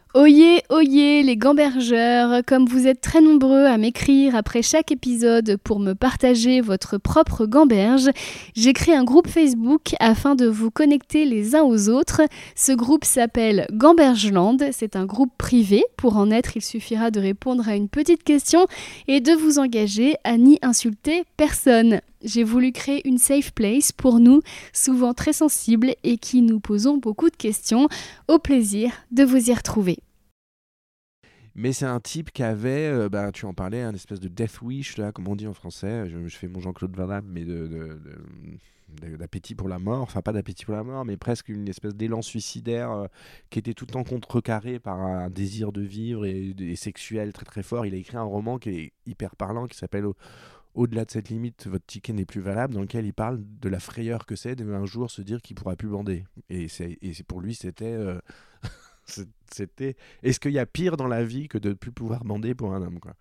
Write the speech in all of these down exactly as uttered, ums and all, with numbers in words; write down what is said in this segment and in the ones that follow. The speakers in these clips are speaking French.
Oyez, oyez les gambergeurs, comme vous êtes très nombreux à m'écrire après chaque épisode pour me partager votre propre gamberge, j'ai créé un groupe Facebook afin de vous connecter les uns aux autres. Ce groupe s'appelle Gambergeland, c'est un groupe privé. Pour en être, il suffira de répondre à une petite question et de vous engager à n'y insulter personne. J'ai voulu créer une safe place pour nous, souvent très sensibles et qui nous posons beaucoup de questions. Au plaisir de vous y retrouver. Mais c'est un type qui avait, euh, bah, tu en parlais, un espèce de death wish, là, comme on dit en français. Je, je fais mon Jean-Claude Van Damme, mais de, de, de, de, d'appétit pour la mort. Enfin, pas d'appétit pour la mort, mais presque une espèce d'élan suicidaire euh, qui était tout le temps contrecarré par un désir de vivre et, et sexuel très très fort. Il a écrit un roman qui est hyper parlant, qui s'appelle Au- Au-delà de cette limite, votre ticket n'est plus valable, dans lequel il parle de la frayeur que c'est d'un jour se dire qu'il pourra plus bander. Et, c'est, et c'est pour lui, c'était... euh, C'était. Est-ce qu'il y a pire dans la vie que de ne plus pouvoir bander pour un homme, quoi.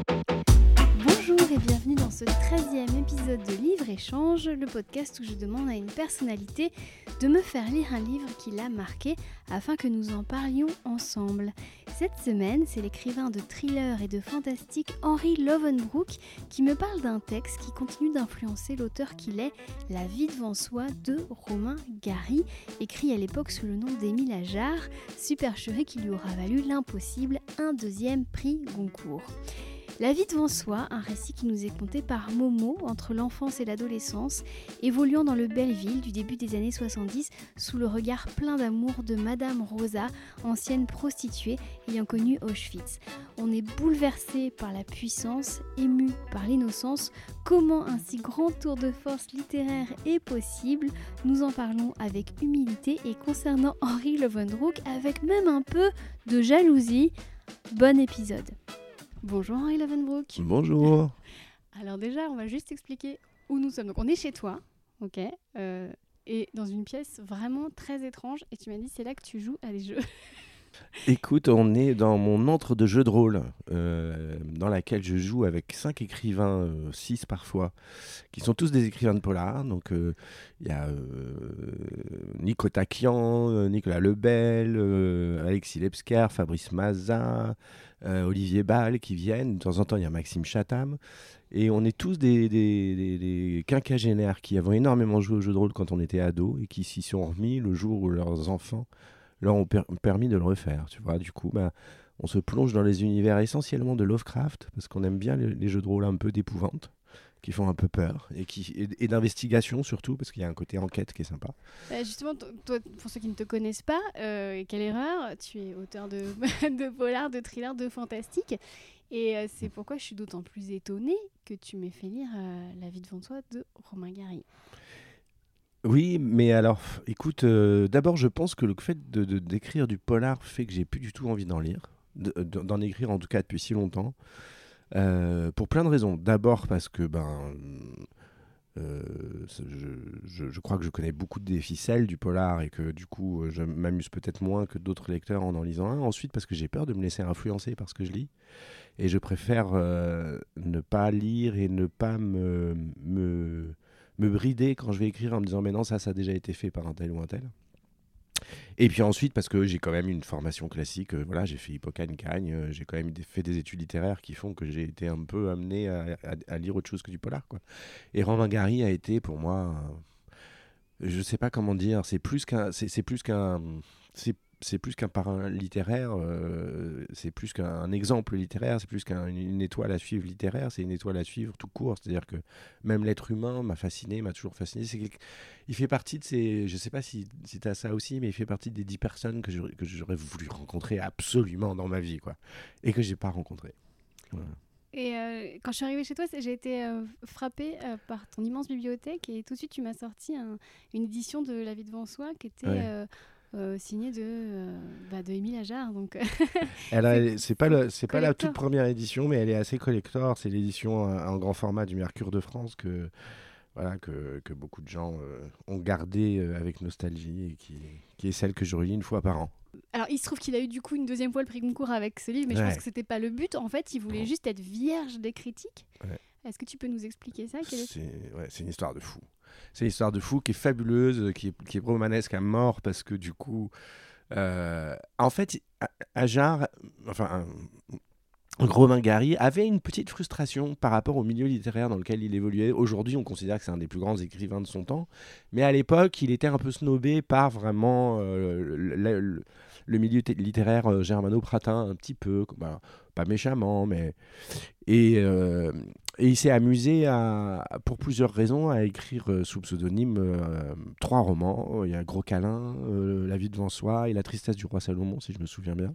Bonjour et bienvenue dans ce treizième épisode de Livre Échange, le podcast où je demande à une personnalité de me faire lire un livre qui l'a marqué afin que nous en parlions ensemble. Cette semaine, c'est l'écrivain de thriller et de fantastique Henry Lovenbrook qui me parle d'un texte qui continue d'influencer l'auteur qu'il est, La vie devant soi de Romain Gary, écrit à l'époque sous le nom d'Émile Ajar, supercherie qui lui aura valu l'impossible, un deuxième prix Goncourt. La vie devant soi, un récit qui nous est conté par Momo entre l'enfance et l'adolescence, évoluant dans le Belleville du début des années soixante-dix sous le regard plein d'amour de Madame Rosa, ancienne prostituée ayant connu Auschwitz. On est bouleversé par la puissance, ému par l'innocence. Comment un si grand tour de force littéraire est possible ? Nous en parlons avec humilité et concernant Henry Lovenbrook avec même un peu de jalousie. Bon épisode. Bonjour Henry Lovenbrook. Bonjour. Alors déjà, on va juste expliquer où nous sommes. Donc on est chez toi, ok, euh, et dans une pièce vraiment très étrange. Et tu m'as dit c'est là que tu joues à des jeux. Écoute, on est dans mon antre de jeu de rôle, euh, dans laquelle je joue avec cinq écrivains, euh, six parfois, qui sont tous des écrivains de polar. Donc, il euh, y a euh, Nico Taquian, euh, Nicolas Lebel, euh, Alexis Lebsker, Fabrice Mazin, euh, Olivier Ball qui viennent. De temps en temps, il y a Maxime Chatham. Et on est tous des, des, des, des quinquagénaires qui avons énormément joué au jeu de rôle quand on était ados et qui s'y sont remis le jour où leurs enfants leur ont per- permis de le refaire. Tu vois, du coup, bah, on se plonge dans les univers essentiellement de Lovecraft parce qu'on aime bien les, les jeux de rôle un peu d'épouvante, qui font un peu peur, et, qui, et, et d'investigation surtout, parce qu'il y a un côté enquête qui est sympa. Bah justement, t- toi, pour ceux qui ne te connaissent pas, euh, quelle erreur, tu es auteur de, de polar, de thriller, de fantastique. Et euh, c'est pourquoi je suis d'autant plus étonnée que tu m'aies fait lire euh, La vie devant soi de Romain Gary. Oui, mais alors, écoute, euh, d'abord, je pense que le fait de, de- d'écrire du polar fait que j'ai plus du tout envie d'en lire, de- de- d'en écrire en tout cas depuis si longtemps, euh, pour plein de raisons. D'abord parce que, ben, euh, c'est- je, je- je crois que je connais beaucoup des ficelles du polar et que du coup, euh, je m'amuse peut-être moins que d'autres lecteurs en en lisant un. Ensuite, parce que j'ai peur de me laisser influencer par ce que je lis. Et je préfère euh, ne pas lire et ne pas me, me, me brider quand je vais écrire en me disant mais non, ça, ça a déjà été fait par un tel ou un tel. Et puis ensuite, parce que j'ai quand même une formation classique, euh, voilà, j'ai fait Hippocagne-Cagne, euh, j'ai quand même des- fait des études littéraires qui font que j'ai été un peu amené à, à- à lire autre chose que du polar, quoi. Et Romain Gary a été pour moi, euh, je sais pas comment dire, c'est plus qu'un, c'est, c'est plus qu'un, c'est, c'est plus qu'un parrain littéraire, euh, c'est plus qu'un exemple littéraire, c'est plus qu'une étoile à suivre littéraire, c'est une étoile à suivre tout court. C'est-à-dire que même l'être humain m'a fasciné, m'a toujours fasciné. C'est quelque- Il fait partie de ces, je sais pas si, si tu as ça aussi, mais il fait partie des dix personnes que j'aurais, que j'aurais voulu rencontrer absolument dans ma vie, quoi, et que j'ai pas rencontré. Voilà. Et euh, quand je suis arrivée chez toi, c'est- j'ai été euh, frappée euh, par ton immense bibliothèque et tout de suite tu m'as sorti un- une édition de La vie devant soi qui était Ouais. euh, euh, signée de, euh, bah, de Émile Ajar. Donc, Elle a- c'est, c'est pas le, c'est pas la toute collector. première édition, mais elle est assez collector. C'est l'édition euh, en grand format du Mercure de France que voilà, que, que beaucoup de gens euh, ont gardé euh, avec nostalgie et qui, qui est celle que je relis une fois par an. Alors, il se trouve qu'il a eu du coup une deuxième fois le prix Goncourt avec ce livre, mais je pense Ouais. que c'était pas le but. En fait, il voulait Non. juste être vierge des critiques. Ouais. Est-ce que tu peux nous expliquer ça? Quel est- C'est, ouais, c'est une histoire de fou. C'est une histoire de fou qui est fabuleuse, qui est, qui est romanesque à mort parce que du coup, Euh, en fait, Ajar, enfin, Romain Gary avait une petite frustration par rapport au milieu littéraire dans lequel il évoluait. Aujourd'hui, on considère que c'est un des plus grands écrivains de son temps, mais à l'époque, il était un peu snobé par vraiment euh, le, le, le milieu t- littéraire euh, germano-pratin, un petit peu, bah, pas méchamment, mais et, euh, et il s'est amusé à, pour plusieurs raisons à écrire euh, sous pseudonyme euh, trois romans. Il y a Gros câlin, euh, La vie devant soi et La tristesse du roi Salomon, si je me souviens bien.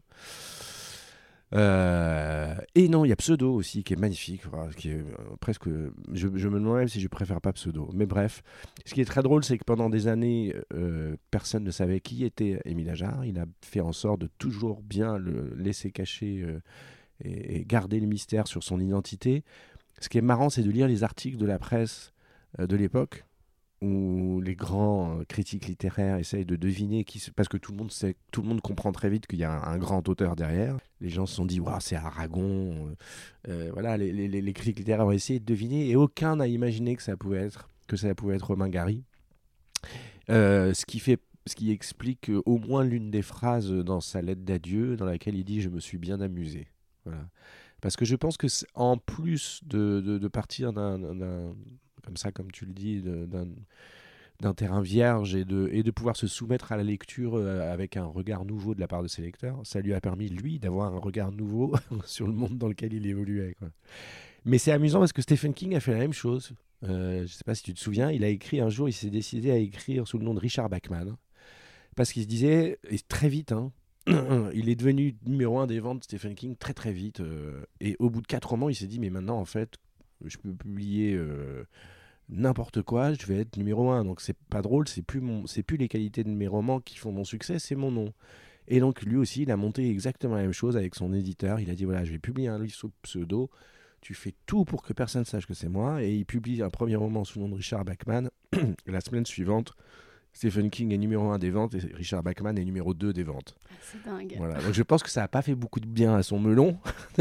Euh, et non, il y a Pseudo aussi, qui est magnifique, voilà, qui est euh, presque. Je, je me demande même si je préfère pas Pseudo. Mais bref, ce qui est très drôle, c'est que pendant des années, euh, personne ne savait qui était Émile Ajar. Il a fait en sorte de toujours bien le laisser cacher euh, et, et garder le mystère sur son identité. Ce qui est marrant, c'est de lire les articles de la presse euh, de l'époque, où les grands euh, critiques littéraires essayent de deviner qui, parce que tout le monde sait, tout le monde comprend très vite qu'il y a un, un grand auteur derrière. Les gens se sont dit, waouh, c'est Aragon. Euh, euh, voilà, les, les, les critiques littéraires ont essayé de deviner, et aucun n'a imaginé que ça pouvait être, que ça pouvait être Romain Gary. Euh, ce qui fait, ce qui explique euh, au moins l'une des phrases dans sa lettre d'adieu, dans laquelle il dit, je me suis bien amusé. Voilà. Parce que je pense que en plus de, de, de partir d'un, d'un, comme ça, comme tu le dis, de, d'un, d'un terrain vierge et de, et de pouvoir se soumettre à la lecture euh, avec un regard nouveau de la part de ses lecteurs, ça lui a permis, lui, d'avoir un regard nouveau sur le monde dans lequel il évoluait, quoi. Mais c'est amusant parce que Stephen King a fait la même chose. Euh, je ne sais pas si tu te souviens, il a écrit un jour, il s'est décidé à écrire sous le nom de Richard Bachman. Parce qu'il se disait, et très vite, hein, il est devenu numéro un des ventes Stephen King très très vite. Euh, et au bout de quatre romans, il s'est dit, mais maintenant, en fait, je peux publier euh, n'importe quoi, je vais être numéro un. Donc c'est pas drôle, c'est plus, mon, c'est plus les qualités de mes romans qui font mon succès, c'est mon nom. Et donc lui aussi, il a monté exactement la même chose avec son éditeur. Il a dit, voilà, je vais publier un livre sous pseudo. Tu fais tout pour que personne sache que c'est moi. Et il publie un premier roman sous le nom de Richard Bachman. La semaine suivante, Stephen King est numéro un des ventes et Richard Bachman est numéro deux des ventes. Ah, c'est dingue. Voilà. Donc je pense que ça n'a pas fait beaucoup de bien à son melon.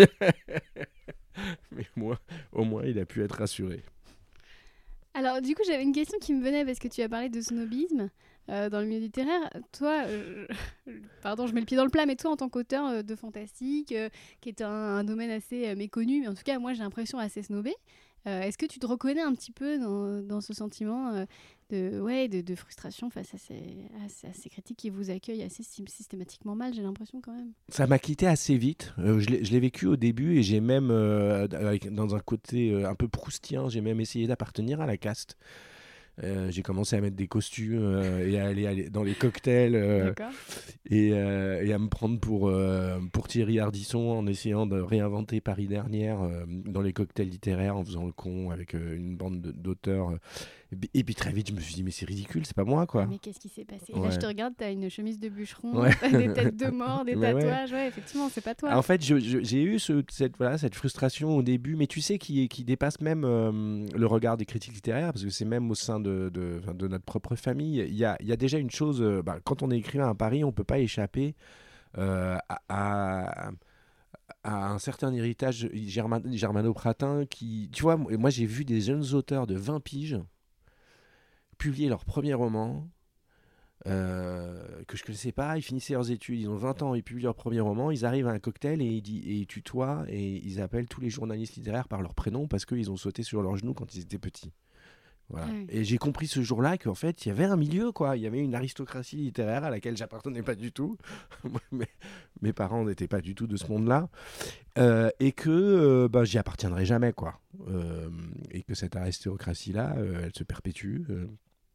Mais moi, au moins, il a pu être rassuré. Alors du coup, j'avais une question qui me venait parce que tu as parlé de snobisme euh, dans le milieu littéraire. Toi, euh, pardon, je mets le pied dans le plat, mais toi, en tant qu'auteur euh, de fantastique, euh, qui est un, un domaine assez euh, méconnu, mais en tout cas, moi, j'ai l'impression assez snobé. Euh, est-ce que tu te reconnais un petit peu dans, dans ce sentiment euh, de, ouais, de, de frustration face à ces, à, ces, à ces critiques qui vous accueillent assez systématiquement mal, j'ai l'impression quand même. Ça m'a quitté assez vite. Euh, je, l'ai, je l'ai vécu au début et j'ai même, euh, avec, dans un côté euh, un peu proustien, j'ai même essayé d'appartenir à la caste. Euh, j'ai commencé à mettre des costumes euh, et à aller, aller dans les cocktails euh, et, euh, et à me prendre pour, euh, pour Thierry Ardisson en essayant de réinventer Paris dernière euh, dans les cocktails littéraires en faisant le con avec euh, une bande de, d'auteurs. Et puis, et puis très vite, je me suis dit, mais c'est ridicule, c'est pas moi, quoi. Mais qu'est-ce qui s'est passé ? Ouais. Là, je te regarde, t'as une chemise de bûcheron, Ouais. t'as des têtes de mort, des Mais tatouages. ouais. Ouais, effectivement, c'est pas toi. En fait, je, je, j'ai eu ce, cette, voilà, cette frustration au début, mais tu sais, qui, qui dépasse même euh, le regard des critiques littéraires, parce que c'est même au sein de, de, de notre propre famille. Il y a, il y a déjà une chose, euh, bah, quand on est écrivain à Paris, on ne peut pas échapper euh, à, à, à un certain héritage german, germano-pratin qui, tu vois, moi j'ai vu des jeunes auteurs de vingt piges publier leur premier roman. Euh, que je connaissais pas, ils finissaient leurs études, ils ont vingt ans, ils publient leur premier roman, ils arrivent à un cocktail et ils, et ils tutoient et ils appellent tous les journalistes littéraires par leur prénom parce qu'ils ont sauté sur leurs genoux quand ils étaient petits. Voilà. Ah oui. Et j'ai compris ce jour-là qu'en fait, il y avait un milieu, quoi. Il y avait une aristocratie littéraire à laquelle j'appartenais pas du tout. mes, mes parents n'étaient pas du tout de ce monde-là. Euh, et que euh, bah, j'y appartiendrai jamais, quoi. Euh, et que cette aristocratie-là, euh, elle se perpétue. Euh.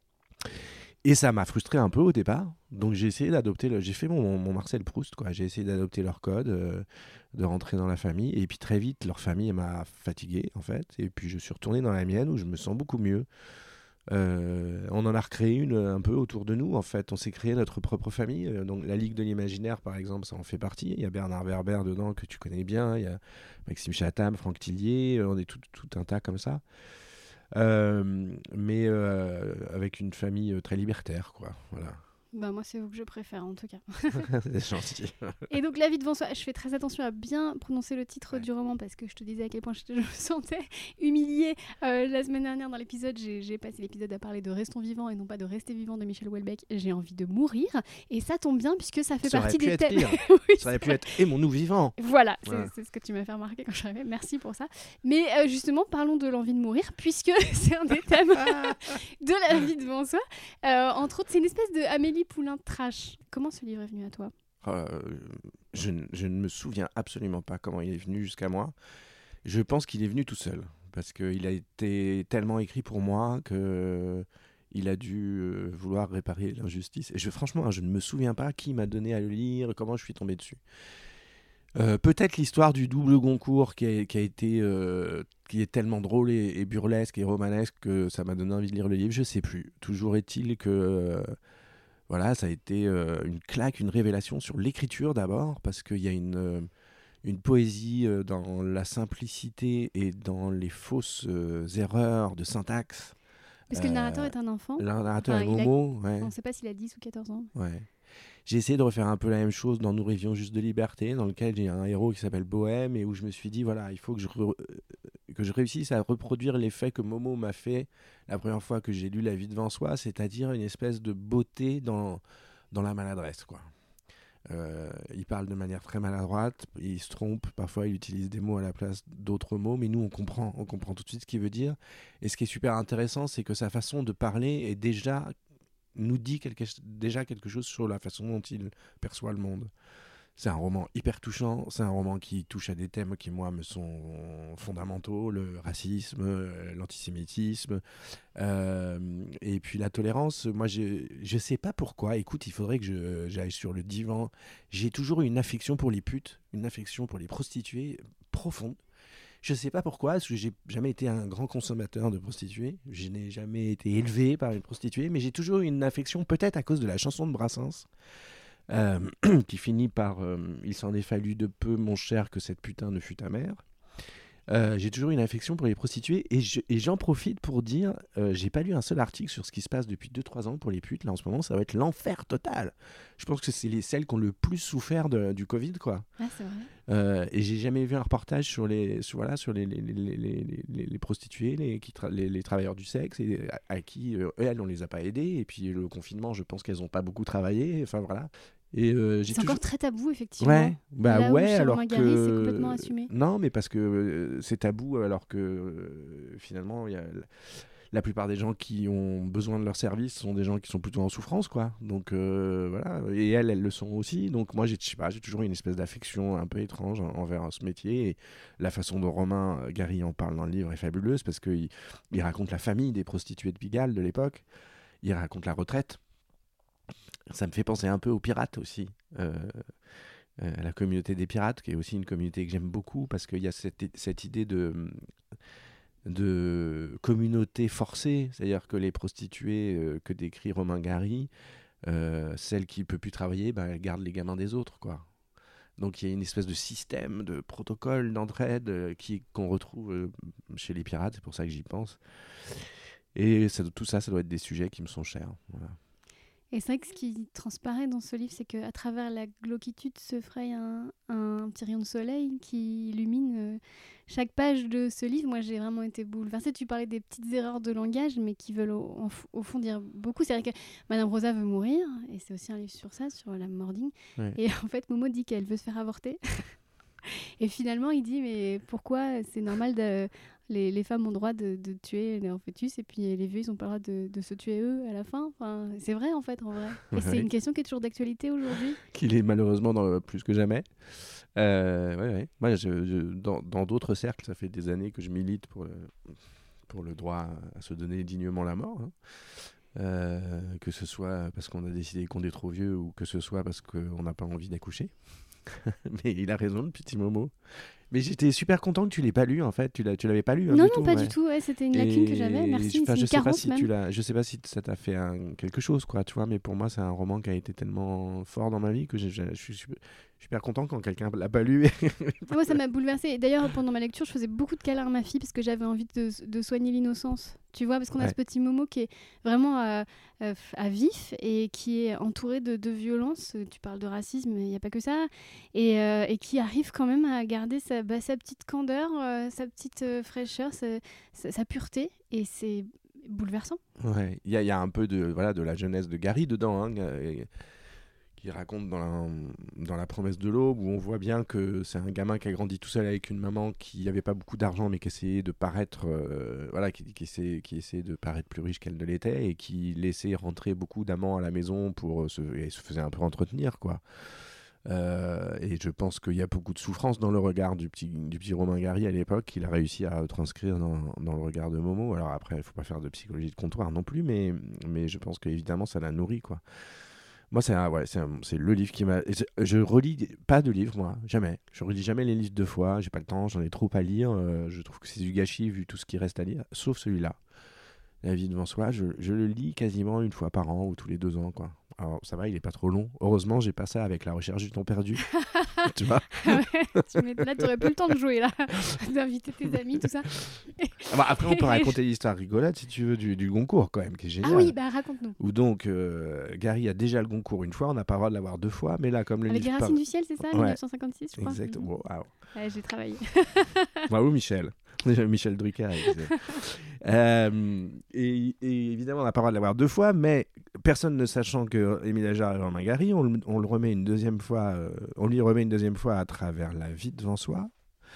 Et ça m'a frustré un peu au départ. Donc j'ai essayé d'adopter, le... j'ai fait mon, mon Marcel Proust, quoi. J'ai essayé d'adopter leur code, euh, de rentrer dans la famille. Et puis très vite, leur famille m'a fatigué, en fait. Et puis je suis retourné dans la mienne où je me sens beaucoup mieux. Euh, on en a recréé une un peu autour de nous, en fait. On s'est créé notre propre famille. Donc la Ligue de l'Imaginaire, par exemple, ça en fait partie. Il y a Bernard Werber dedans, que tu connais bien. Il y a Maxime Chatham, Franck Tillier. On est tout, tout un tas comme ça. Euh, mais euh, avec une famille très libertaire, quoi. Voilà. Bah moi c'est vous que je préfère en tout cas. C'est gentil. Et donc La vie devant soi, je fais très attention à bien prononcer le titre Ouais. du roman parce que je te disais à quel point je, je me sentais humiliée. Euh, la semaine dernière dans l'épisode, j'ai, j'ai passé l'épisode à parler de Restons vivants et non pas de Rester vivant de Michel Houellebecq. J'ai envie de mourir et ça tombe bien puisque ça fait Ça partie aurait pu des être thèmes. pire. Oui, Ça aurait c'est pu vrai. être Aimons-nous vivants. Voilà, c'est, Voilà. c'est ce que tu m'as fait remarquer quand je suis arrivée. Merci pour ça. Mais euh, justement, parlons de l'envie de mourir puisque c'est un des thèmes de La vie devant soi. Euh, entre autres, c'est une espèce de Amélie Poulain trash. Comment ce livre est venu à toi ? Euh, je, n- je ne me souviens absolument pas comment il est venu jusqu'à moi. Je pense qu'il est venu tout seul, parce qu'il a été tellement écrit pour moi que il a dû euh, vouloir réparer l'injustice. Et je, franchement, hein, je ne me souviens pas qui m'a donné à le lire, comment je suis tombé dessus. Euh, peut-être l'histoire du double Goncourt qui a, qui a été, euh, qui est tellement drôle et, et burlesque et romanesque que ça m'a donné envie de lire le livre. Je sais plus. Toujours est-il que euh, voilà, ça a été euh, une claque, une révélation sur l'écriture d'abord, parce qu'il y a une, euh, une poésie euh, dans la simplicité et dans les fausses euh, erreurs de syntaxe. Parce que le Euh, narrateur est un enfant. Le narrateur Enfin, est il a- Momo, ouais, On ne sait pas s'il a dix ou quatorze ans. ouais. J'ai essayé de refaire un peu la même chose dans Nous rêvions juste de liberté, dans lequel j'ai un héros qui s'appelle Bohème, et où je me suis dit, voilà, il faut que je, re- euh, que je réussisse à reproduire l'effet que Momo m'a fait la première fois que j'ai lu La vie devant soi, c'est-à-dire une espèce de beauté dans, dans la maladresse, quoi. Euh, il parle de manière très maladroite, il se trompe, parfois il utilise des mots à la place d'autres mots, mais nous on comprend, on comprend tout de suite ce qu'il veut dire. Et ce qui est super intéressant, c'est que sa façon de parler est déjà, nous dit quelque, déjà quelque chose sur la façon dont il perçoit le monde. C'est un roman hyper touchant, c'est un roman qui touche à des thèmes qui, moi, me sont fondamentaux, le racisme, euh, l'antisémitisme, euh, et puis la tolérance. Moi, je ne sais pas pourquoi, écoute, il faudrait que je, j'aille sur le divan. J'ai toujours eu une affection pour les putes, une affection pour les prostituées profonde. Je sais pas pourquoi, parce que j'ai jamais été un grand consommateur de prostituées. Je n'ai jamais été élevé par une prostituée, mais j'ai toujours eu une affection, peut-être à cause de la chanson de Brassens, euh, qui finit par euh, il s'en est fallu de peu, mon cher, que cette putain ne fût ta mère. Euh, j'ai toujours une affection pour les prostituées et, je, et j'en profite pour dire, euh, j'ai pas lu un seul article sur ce qui se passe depuis deux trois ans pour les putes. Là en ce moment, ça va être l'enfer total. Je pense que c'est les, celles qui ont le plus souffert de, du Covid, quoi. Ah, c'est vrai. Euh, et j'ai jamais vu un reportage sur les, sur, voilà, sur les, les, les, les, les, les, les prostituées, les, qui tra- les, les travailleurs du sexe, et à, à qui euh, elles on les a pas aidées. Et puis le confinement, je pense qu'elles ont pas beaucoup travaillé. Enfin voilà. Et euh, j'ai C'est toujours... encore très tabou, effectivement. Ouais, bah Là où ouais, chez alors Romain que Gary, c'est complètement assumé. non, mais parce que euh, c'est tabou, alors que euh, finalement, il y a l- la plupart des gens qui ont besoin de leurs services sont des gens qui sont plutôt en souffrance, quoi. Donc euh, voilà, et elles, elles le sont aussi. Donc moi, j'ai, je sais pas, j'ai toujours eu une espèce d'affection un peu étrange en- envers ce métier. Et la façon dont Romain Gary en parle dans le livre est fabuleuse, parce qu'il il raconte la famille des prostituées de Pigalle de l'époque. Il raconte la retraite. Ça me fait penser un peu aux pirates aussi. Euh, euh, la communauté des pirates, qui est aussi une communauté que j'aime beaucoup, parce qu'il y a cette, cette idée de, de communauté forcée, c'est-à-dire que les prostituées euh, que décrit Romain Gary, euh, celle qui ne peut plus travailler, bah, elle garde les gamins des autres, quoi. Donc il y a une espèce de système, de protocole d'entraide euh, qui, qu'on retrouve euh, chez les pirates, c'est pour ça que j'y pense. Et ça, tout ça, ça doit être des sujets qui me sont chers. Voilà. Et c'est vrai que ce qui transparaît dans ce livre, c'est qu'à travers la glauquitude se fraye un, un petit rayon de soleil qui illumine euh, chaque page de ce livre. Moi, j'ai vraiment été bouleversée. Tu parlais des petites erreurs de langage, mais qui veulent au, en, au fond dire beaucoup. C'est vrai que Madame Rosa veut mourir, et c'est aussi un livre sur ça, sur la mording. Ouais. Et en fait, Momo dit qu'elle veut se faire avorter. Et finalement, il dit, mais pourquoi c'est normal de... Les, les femmes ont le droit de, de tuer leur fœtus, et puis les vieux, ils n'ont pas le droit de, de se tuer eux à la fin. Enfin, c'est vrai, en fait, en vrai. Et ouais. C'est une question qui est toujours d'actualité aujourd'hui. Qu'il est malheureusement dans le, plus que jamais. Euh, ouais, ouais. Moi, je, je, dans, dans d'autres cercles, ça fait des années que je milite pour le, pour le droit à se donner dignement la mort. Hein. Euh, que ce soit parce qu'on a décidé qu'on est trop vieux, ou que ce soit parce qu'on n'a pas envie d'accoucher. Mais il a raison, le petit Momo. Mais j'étais super content que tu l'aies pas lu en fait. Tu l'as, tu l'avais pas lu hein, Non, du non, tout, pas ouais. du tout. Ouais, c'était une lacune que j'avais. Et Merci. je, enfin, C'est je une sais pas carence si même. tu l'as, je sais pas si ça t'a fait un, quelque chose quoi, tu vois. Mais pour moi, c'est un roman qui a été tellement fort dans ma vie que j'ai- j'ai- je suis super, super content quand quelqu'un l'a pas lu. Ah, moi, ça m'a bouleversée. Et d'ailleurs, pendant ma lecture, je faisais beaucoup de câlins à ma fille parce que j'avais envie de, de soigner l'innocence. Tu vois, parce qu'on a Ouais. ce petit Momo qui est vraiment à, à- à vif et qui est entouré de, de violence. Tu parles de racisme, il n'y a pas que ça. Et, euh, et qui arrive quand même à garder sa, bah, sa petite candeur, euh, sa petite euh, fraîcheur, sa, sa, sa pureté. Et c'est bouleversant. Ouais, il y a, il y a un peu de, voilà, de la jeunesse de Gary dedans, hein, euh, qui raconte dans la, dans la promesse de l'aube, où on voit bien que c'est un gamin qui a grandi tout seul avec une maman qui n'avait pas beaucoup d'argent, mais qui essayait de paraître, euh, voilà, qui, qui, essayait, qui essayait de paraître plus riche qu'elle ne l'était, et qui laissait rentrer beaucoup d'amants à la maison pour se, et se faisait un peu entretenir, quoi. Euh, et je pense qu'il y a beaucoup de souffrance dans le regard du petit, du petit Romain Gary à l'époque, qu'il a réussi à transcrire dans, dans le regard de Momo. Alors après, il ne faut pas faire de psychologie de comptoir non plus, mais, mais je pense qu'évidemment, ça l'a nourri, quoi. Moi, c'est un- ouais, c'est un- c'est le livre qui m'a. Je, je relis pas de livres, moi, jamais. Je relis jamais les livres deux fois. J'ai pas le temps, j'en ai trop à lire. euh, je trouve que c'est du gâchis vu tout ce qui reste à lire, sauf celui-là. La vie devant soi, je, je le lis quasiment une fois par an ou tous les deux ans, quoi. Alors ça va, il est pas trop long. Heureusement, j'ai pas ça avec La recherche du temps perdu. Tu vois. Ah ouais, tu m'étonnes. Là, t'aurais plus le temps de jouer, là. D'inviter tes amis, tout ça. Ah bah, après, on peut raconter l'histoire rigolote si tu veux du, du Goncourt quand même, qui est génial. Ah oui, bah raconte-nous. Où donc euh, Gary a déjà le Goncourt une fois, on n'a pas le droit de l'avoir deux fois, mais là comme le Avec les livre racines par- du ciel, c'est ça, Ouais. mille neuf cent cinquante-six, je crois. Exactement. Mhm. Wow. Ouais, j'ai travaillé. Bravo Michel. Déjà Michel Drucker. il disait. Euh, et, et évidemment, on n'a pas le droit de l'avoir deux fois, mais personne ne sachant que Émile Ajar est Romain Gary, on, le- on le remet une deuxième fois, euh, on lui remet une deuxième fois à travers La vie devant soi.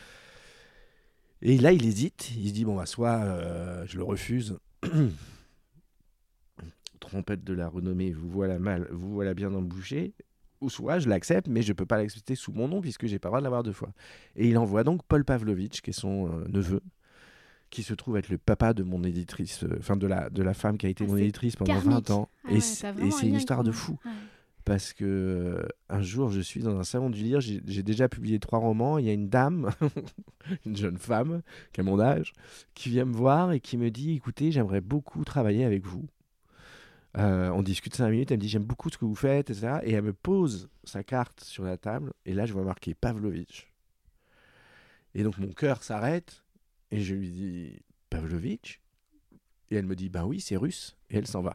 Et là, il hésite. Il se dit bon bah soit euh, je le refuse. Trompette de la renommée, vous voilà mal, vous voilà bien embouché. Ou soit je l'accepte, mais je peux pas l'accepter sous mon nom puisque j'ai pas le droit de l'avoir deux fois. Et il envoie donc Paul Pavlovitch, qui est son euh, neveu, qui se trouve être le papa de mon éditrice, euh, enfin de la, de la femme qui a été Ah, mon c'est éditrice pendant karmique. vingt ans. Ah et ouais, c'est, t'as et vraiment c'est un une lien histoire de commun. fou. Ouais. Parce que euh, un jour, je suis dans un salon du livre, j'ai, j'ai déjà publié trois romans. Il y a une dame, une jeune femme, qui a mon âge, qui vient me voir et qui me dit écoutez, j'aimerais beaucoup travailler avec vous. Euh, on discute cinq minutes, elle me dit j'aime beaucoup ce que vous faites, et cetera. Et elle me pose sa carte sur la table, et là je vois marqué Pavlovitch. Et donc mon cœur s'arrête, et je lui dis Pavlovitch. Et elle me dit ben oui, c'est russe, et elle s'en va.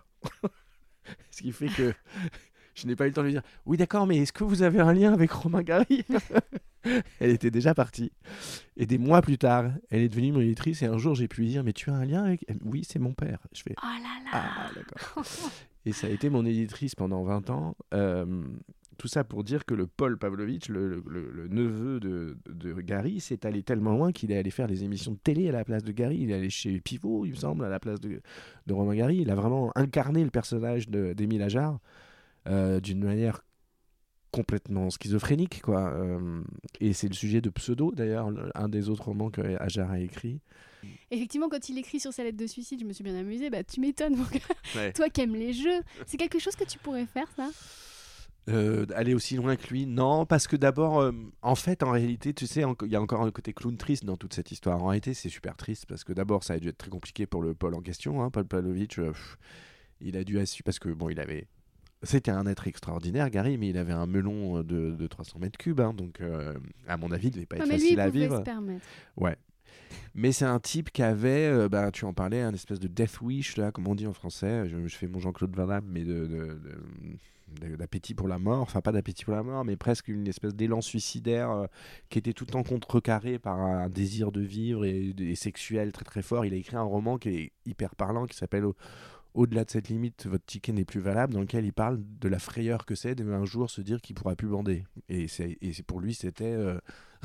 Ce qui fait que je n'ai pas eu le temps de lui dire oui, d'accord, mais est-ce que vous avez un lien avec Romain Gary? Elle était déjà partie. Et des mois plus tard, elle est devenue mon éditrice. Et un jour, j'ai pu lui dire mais tu as un lien avec. Elle, oui, c'est mon père. Je fais Oh là là. ah, d'accord. Et ça a été mon éditrice pendant vingt ans. Euh, tout ça pour dire que le Paul Pavlovitch, le, le- le- le neveu de, de Gary, s'est allé tellement loin qu'il est allé faire des émissions de télé à la place de Gary. Il est allé chez Pivot, il me semble, à la place de, de Romain Gary. Il a vraiment incarné le personnage de- d'Émile Ajar euh, d'une manière complètement schizophrénique, quoi. Euh, et c'est le sujet de Pseudo, d'ailleurs, le- un des autres romans que Ajar a écrit. Effectivement, quand il écrit sur sa lettre de suicide, je me suis bien amusée. Bah, tu m'étonnes, mon gars. Ouais. Toi qui aimes les jeux, c'est quelque chose que tu pourrais faire, ça? Euh, aller aussi loin que lui, non, parce que d'abord, euh, en fait, en réalité, tu sais, en- il y a encore un côté clown triste dans toute cette histoire. En réalité, c'est super triste parce que d'abord, ça a dû être très compliqué pour le Paul en question, hein, Paul Pavlovitch. euh, pff, il a dû assumer parce que bon, il avait, c'était un être extraordinaire, Gary, mais il avait un melon de, de trois cents mètres cubes, hein, donc euh, à mon avis, il devait pas Non, être mais lui, facile il à pouvait vivre. se permettre. Ouais. Mais c'est un type qui avait, euh, bah, tu en parlais, un espèce de death wish, là, comme on dit en français. Je, je fais mon Jean-Claude Van Damme, mais de, de- de- de- d'appétit pour la mort. Enfin, pas d'appétit pour la mort, mais presque une espèce d'élan suicidaire euh, qui était tout le temps contrecarré par un désir de vivre et, et sexuel très très fort. Il a écrit un roman qui est hyper parlant, qui s'appelle Au- Au-delà de cette limite, votre ticket n'est plus valable, dans lequel il parle de la frayeur que c'est d'un jour se dire qu'il pourra plus bander. Et, c'est, et c'est, pour lui, c'était... euh,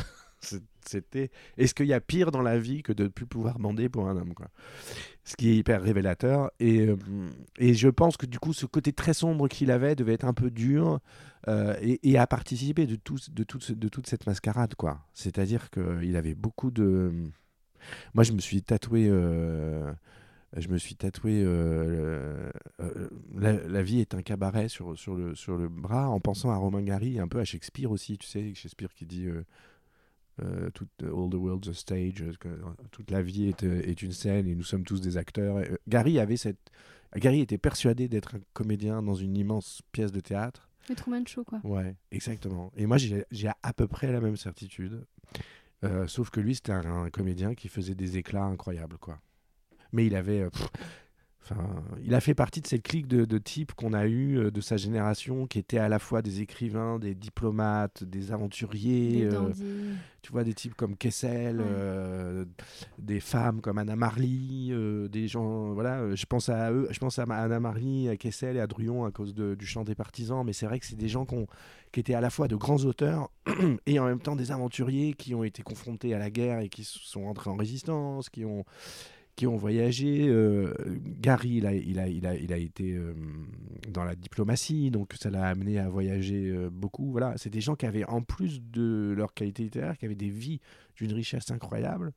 C'était. Est-ce qu'il y a pire dans la vie que de ne plus pouvoir bander pour un homme, quoi. Ce qui est hyper révélateur. Et, euh, et je pense que du coup, ce côté très sombre qu'il avait devait être un peu dur euh, et, et a participé de, tout, de, toute, de toute cette mascarade, quoi. C'est-à-dire qu'il avait beaucoup de. Moi, je me suis tatoué. Euh... Je me suis tatoué euh, euh, la, la vie est un cabaret sur, sur, le, sur le bras en pensant à Romain Gary et un peu à Shakespeare aussi. Tu sais, Shakespeare qui dit. Euh, euh, toute, All the world's a stage, euh, que, euh, toute la vie est, euh, est une scène et nous sommes tous des acteurs. Et, euh, Gary avait cette, Gary était persuadé d'être un comédien dans une immense pièce de théâtre. Le Truman Show, quoi. Ouais, exactement. Et moi, j'ai, j'ai à peu près la même certitude. Euh, sauf que lui, c'était un, un comédien qui faisait des éclats incroyables, quoi. Mais il avait... euh, pff, Enfin, il a fait partie de cette clique de, de types qu'on a eu euh, de sa génération, qui étaient à la fois des écrivains, des diplomates, des aventuriers. Des euh, dandys. tu vois, des types comme Kessel, Ouais. euh, des femmes comme Anna Marley, euh, des gens. Voilà, euh, je pense à eux, je pense à Ma- Anna Marley, à Kessel et à Druon à cause de- du chant des partisans. Mais c'est vrai que c'est des gens qu'on- qui étaient à la fois de grands auteurs et en même temps des aventuriers qui ont été confrontés à la guerre et qui sont entrés en résistance, qui ont qui ont voyagé. Euh, Gary, il a, il a, il a, il a été euh, dans la diplomatie, donc ça l'a amené à voyager euh, beaucoup. Voilà, c'est des gens qui avaient, en plus de leur qualité littéraire, qui avaient des vies d'une richesse incroyable.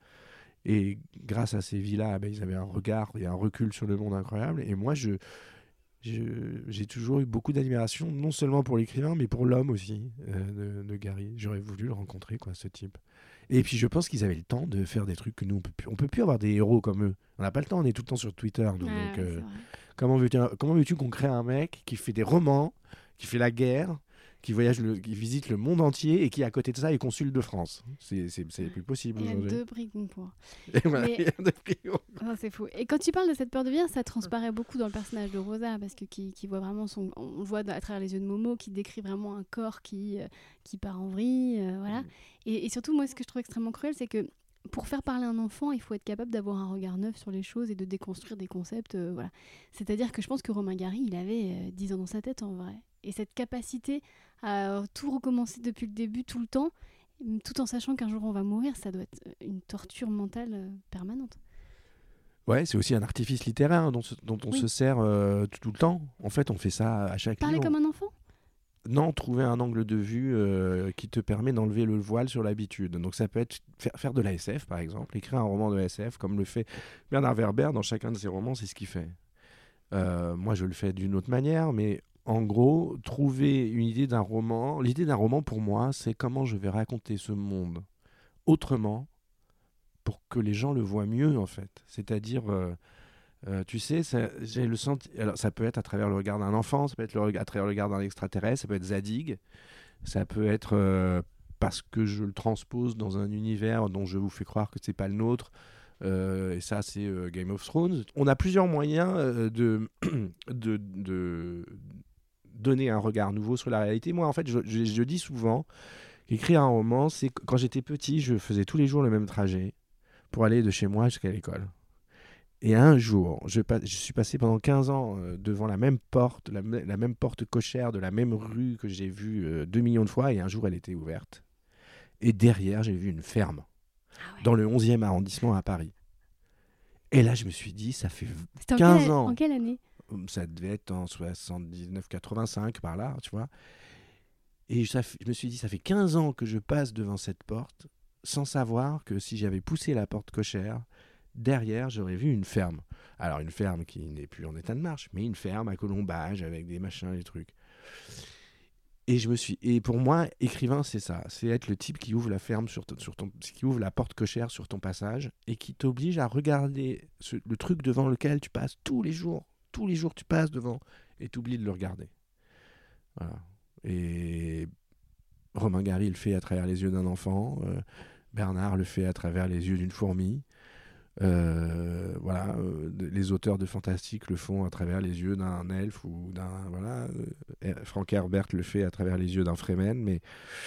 Et grâce à ces vies-là, ben, ils avaient un regard et un recul sur le monde incroyable. Et moi, je, je, j'ai toujours eu beaucoup d'admiration, non seulement pour l'écrivain, mais pour l'homme aussi, euh, de, de Gary. J'aurais voulu le rencontrer, quoi, ce type. Et puis je pense qu'ils avaient le temps de faire des trucs que nous, on peut plus, on peut plus avoir des héros comme eux. On n'a pas le temps, on est tout le temps sur Twitter. Nous, Ah, donc, ouais, euh, c'est vrai. comment veux-tu, comment veux-tu qu'on crée un mec qui fait des romans, qui fait la guerre, qui voyage, le, qui visite le monde entier et qui, à côté de ça, est consul de France? C'est, c'est, c'est plus possible Et à aujourd'hui. deux Brigoncourt. Et voilà, Mais- il y a des prios. Oh, c'est fou. Et quand tu parles de cette peur de vieillir, ça transparaît beaucoup dans le personnage de Rosa, parce que qui, qui voit vraiment son, on le voit à travers les yeux de Momo, qui décrit vraiment un corps qui, euh, qui part en vrille, euh, voilà. Mm. Et, et surtout, moi, ce que je trouve extrêmement cruel, c'est que pour faire parler un enfant, il faut être capable d'avoir un regard neuf sur les choses et de déconstruire des concepts, euh, voilà. C'est-à-dire que je pense que Romain Gary, il avait euh, dix ans dans sa tête en vrai. Et cette capacité à tout recommencer depuis le début, tout le temps, tout en sachant qu'un jour on va mourir, ça doit être une torture mentale euh, permanente. Ouais, c'est aussi un artifice littéraire dont, se- dont on Oui. se sert euh, tout, tout le temps. En fait, on fait ça à chaque Parler livre. comme un enfant. Non, trouver un angle de vue euh, qui te permet d'enlever le voile sur l'habitude. Donc ça peut être faire, faire de la S F, par exemple, écrire un roman de S F, comme le fait Bernard Werber dans chacun de ses romans, c'est ce qu'il fait. Euh, moi, je le fais d'une autre manière, mais en gros, trouver une idée d'un roman. L'idée d'un roman, pour moi, c'est comment je vais raconter ce monde autrement pour que les gens le voient mieux, en fait. C'est-à-dire... euh, euh, tu sais, ça, j'ai le senti... Alors, ça peut être à travers le regard d'un enfant, ça peut être le reg- à travers le regard d'un extraterrestre, ça peut être Zadig, ça peut être euh, parce que je le transpose dans un univers dont je vous fais croire que c'est pas le nôtre. Euh, et ça, c'est euh, Game of Thrones. On a plusieurs moyens euh, de, de, de donner un regard nouveau sur la réalité. Moi, en fait, je, je- je dis souvent qu'écrire un roman, c'est que quand j'étais petit, je faisais tous les jours le même trajet pour aller de chez moi jusqu'à l'école. Et un jour, je, pa- je suis passé pendant quinze ans euh, devant la même porte, la, me- la même porte cochère de la même rue que j'ai vue euh, deux millions de fois, et un jour elle était ouverte. Et derrière, j'ai vu une ferme, Ah ouais. dans le onzième arrondissement à Paris. Et là, je me suis dit, ça fait C'était en quinze quelle, ans. en quelle année? Ça devait être en soixante-dix-neuf quatre-vingt-cinq, par là, tu vois. Et ça f- je me suis dit, ça fait quinze ans que je passe devant cette porte, sans savoir que si j'avais poussé la porte cochère, derrière, j'aurais vu une ferme. Alors, une ferme qui n'est plus en état de marche, mais une ferme à colombage avec des machins, des trucs. Et je me suis, et pour moi, écrivain, c'est ça, c'est être le type qui ouvre la ferme sur, ton- sur ton, qui ouvre la porte cochère sur ton passage et qui t'oblige à regarder ce- le truc devant lequel tu passes tous les jours, tous les jours tu passes devant et t'oublies de le regarder. Voilà. Et Romain Gary le fait à travers les yeux d'un enfant, euh, Bernard le fait à travers les yeux d'une fourmi. Euh, voilà, euh, les auteurs de fantastique le font à travers les yeux d'un elfe ou d'un voilà. euh, Frank Herbert le fait à travers les yeux d'un Fremen, mais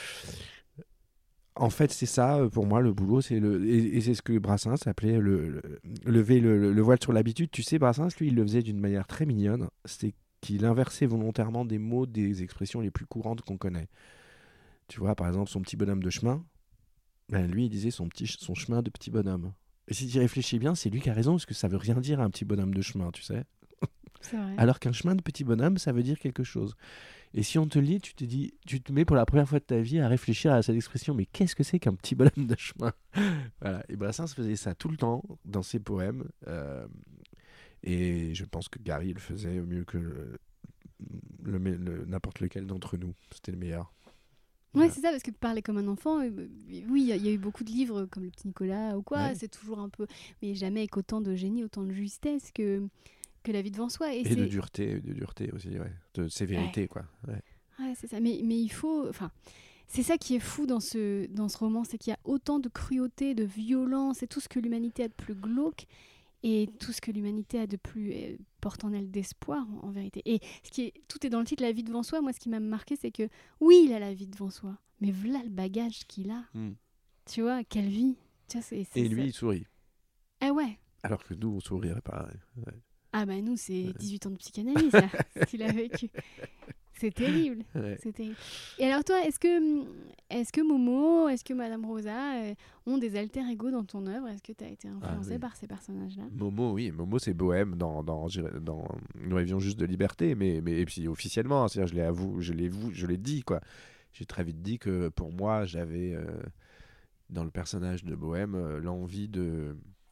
en fait c'est ça euh, pour moi le boulot, c'est le et, et c'est ce que Brassens appelait le, le lever le, le, le voile sur l'habitude. Tu sais, Brassens lui il le faisait d'une manière très mignonne, c'est qu'il inversait volontairement des mots, des expressions les plus courantes qu'on connaît. Tu vois, par exemple, son petit bonhomme de chemin, ben, lui il disait son petit son chemin de petit bonhomme. Et si tu y réfléchis bien, c'est lui qui a raison, parce que ça veut rien dire un petit bonhomme de chemin, tu sais. C'est vrai. Alors qu'un chemin de petit bonhomme, ça veut dire quelque chose. Et si on te le dit, tu te dis, tu te mets pour la première fois de ta vie à réfléchir à cette expression, mais qu'est-ce que c'est qu'un petit bonhomme de chemin? Voilà. Et Brassens faisait ça tout le temps dans ses poèmes. euh, et je pense que Gary le faisait mieux que le, le- le- n'importe lequel d'entre nous. C'était le meilleur. Ouais, Voilà. c'est ça, parce que parler comme un enfant, euh, oui, il y, a- il y a eu beaucoup de livres comme Le Petit Nicolas ou quoi, Ouais. c'est toujours un peu. Mais jamais avec autant de génie, autant de justesse que, que La vie devant soi. Et Et de c'est. dureté, de dureté aussi, ouais. De Ouais, sévérité, quoi. Ouais. ouais, c'est ça. Mais, mais il faut. Enfin, c'est ça qui est fou dans ce, dans ce roman, c'est qu'il y a autant de cruauté, de violence et tout ce que l'humanité a de plus glauque et tout ce que l'humanité a de plus euh, porte en elle d'espoir en, en vérité. Et ce qui est, tout est dans le titre, La vie devant soi. Moi, ce qui m'a marqué, c'est que oui, il a la vie devant soi, mais voilà le bagage qu'il a. Mm. Tu vois, quelle vie. Tu vois, c'est, c'est, Et lui, c'est- il sourit. Ah ouais. Alors que nous, on sourirait pas. Ouais. Ah bah nous, c'est dix-huit ans de psychanalyse, là, ce qu'il a vécu. C'est terrible. Ouais. C'est terrible. Et alors toi, est-ce que, est-ce que Momo, est-ce que Madame Rosa euh, ont des alter ego dans ton œuvre? Est-ce que tu as été influencé Ah, oui. par ces personnages-là? Momo, oui, Momo, c'est bohème dans, dans, je dirais, dans Nous rêvions juste de liberté, mais, mais et puis officiellement, hein, c'est-à-dire, je l'ai avoué, je l'ai, vou- je l'ai dit, quoi. J'ai très vite dit que pour moi, j'avais euh, dans le personnage de Bohème euh, l'envie de,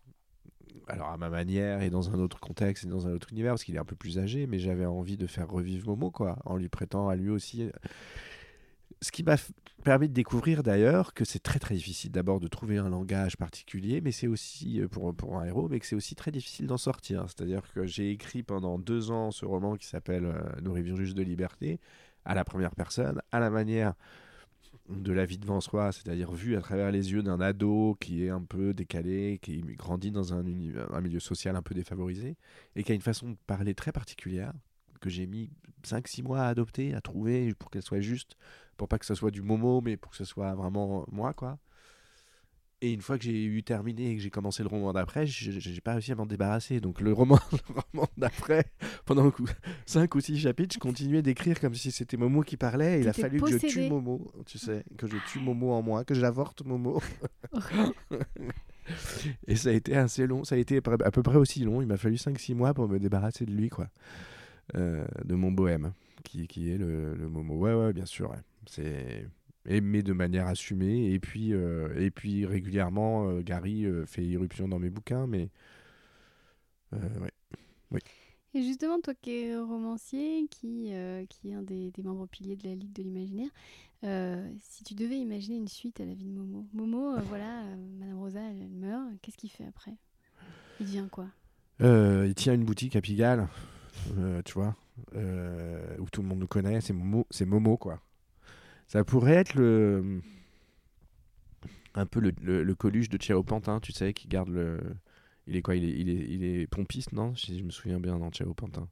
alors à ma manière et dans un autre contexte et dans un autre univers, parce qu'il est un peu plus âgé, mais j'avais envie de faire revivre Momo, quoi, en lui prêtant à lui aussi. Ce qui m'a f- permis de découvrir d'ailleurs que c'est très très difficile d'abord de trouver un langage particulier, mais c'est aussi euh, pour, pour un héros, mais que c'est aussi très difficile d'en sortir. C'est-à-dire que j'ai écrit pendant deux ans ce roman qui s'appelle euh, Nous rêvions juste de liberté, à la première personne, à la manière de La vie devant soi, c'est-à-dire vu à travers les yeux d'un ado qui est un peu décalé, qui grandit dans un, univers- un milieu social un peu défavorisé, et qui a une façon de parler très particulière, que j'ai mis cinq six mois à adopter, à trouver, pour qu'elle soit juste, pour pas que ce soit du Momo, mais pour que ce soit vraiment moi, quoi. Et une fois que j'ai eu terminé et que j'ai commencé le roman d'après, je- je- j'ai pas réussi à m'en débarrasser. Donc le roman, le roman d'après, pendant cinq ou six chapitres, je continuais d'écrire comme si c'était Momo qui parlait. Il a T'étais fallu que je tue possédé. Momo, tu sais, que je tue Momo en moi, que j'avorte Momo. Et ça a été assez long, ça a été à peu près aussi long. Il m'a fallu cinq six mois pour me débarrasser de lui, quoi. Euh, de mon bohème, qui, qui est le, le Momo. Ouais, ouais, bien sûr. Ouais. C'est... Et, mais de manière assumée. Et puis, euh, et puis régulièrement, euh, Gary euh, fait irruption dans mes bouquins. Mais euh, ouais. Oui. Et justement, toi qui es romancier, qui, euh, qui est un des, des membres piliers de la Ligue de l'Imaginaire, euh, si tu devais imaginer une suite à la vie de Momo, Momo, euh, voilà, euh, Madame Rosa, elle, elle meurt, qu'est-ce qu'il fait après? Il devient quoi? Euh, il tient une boutique à Pigalle, euh, tu vois, euh, où tout le monde le connaît. C'est Momo, c'est Momo, quoi. Ça pourrait être le un peu le, le, le Coluche de Ciao Pantin, tu sais, qui garde le. Il est quoi il est, il, est, il est pompiste, non? Si je me souviens bien, dans Ciao Pantin.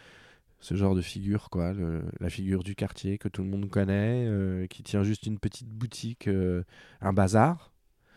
Ce genre de figure, quoi. Le, la figure du quartier que tout le monde connaît, euh, qui tient juste une petite boutique, euh, un bazar.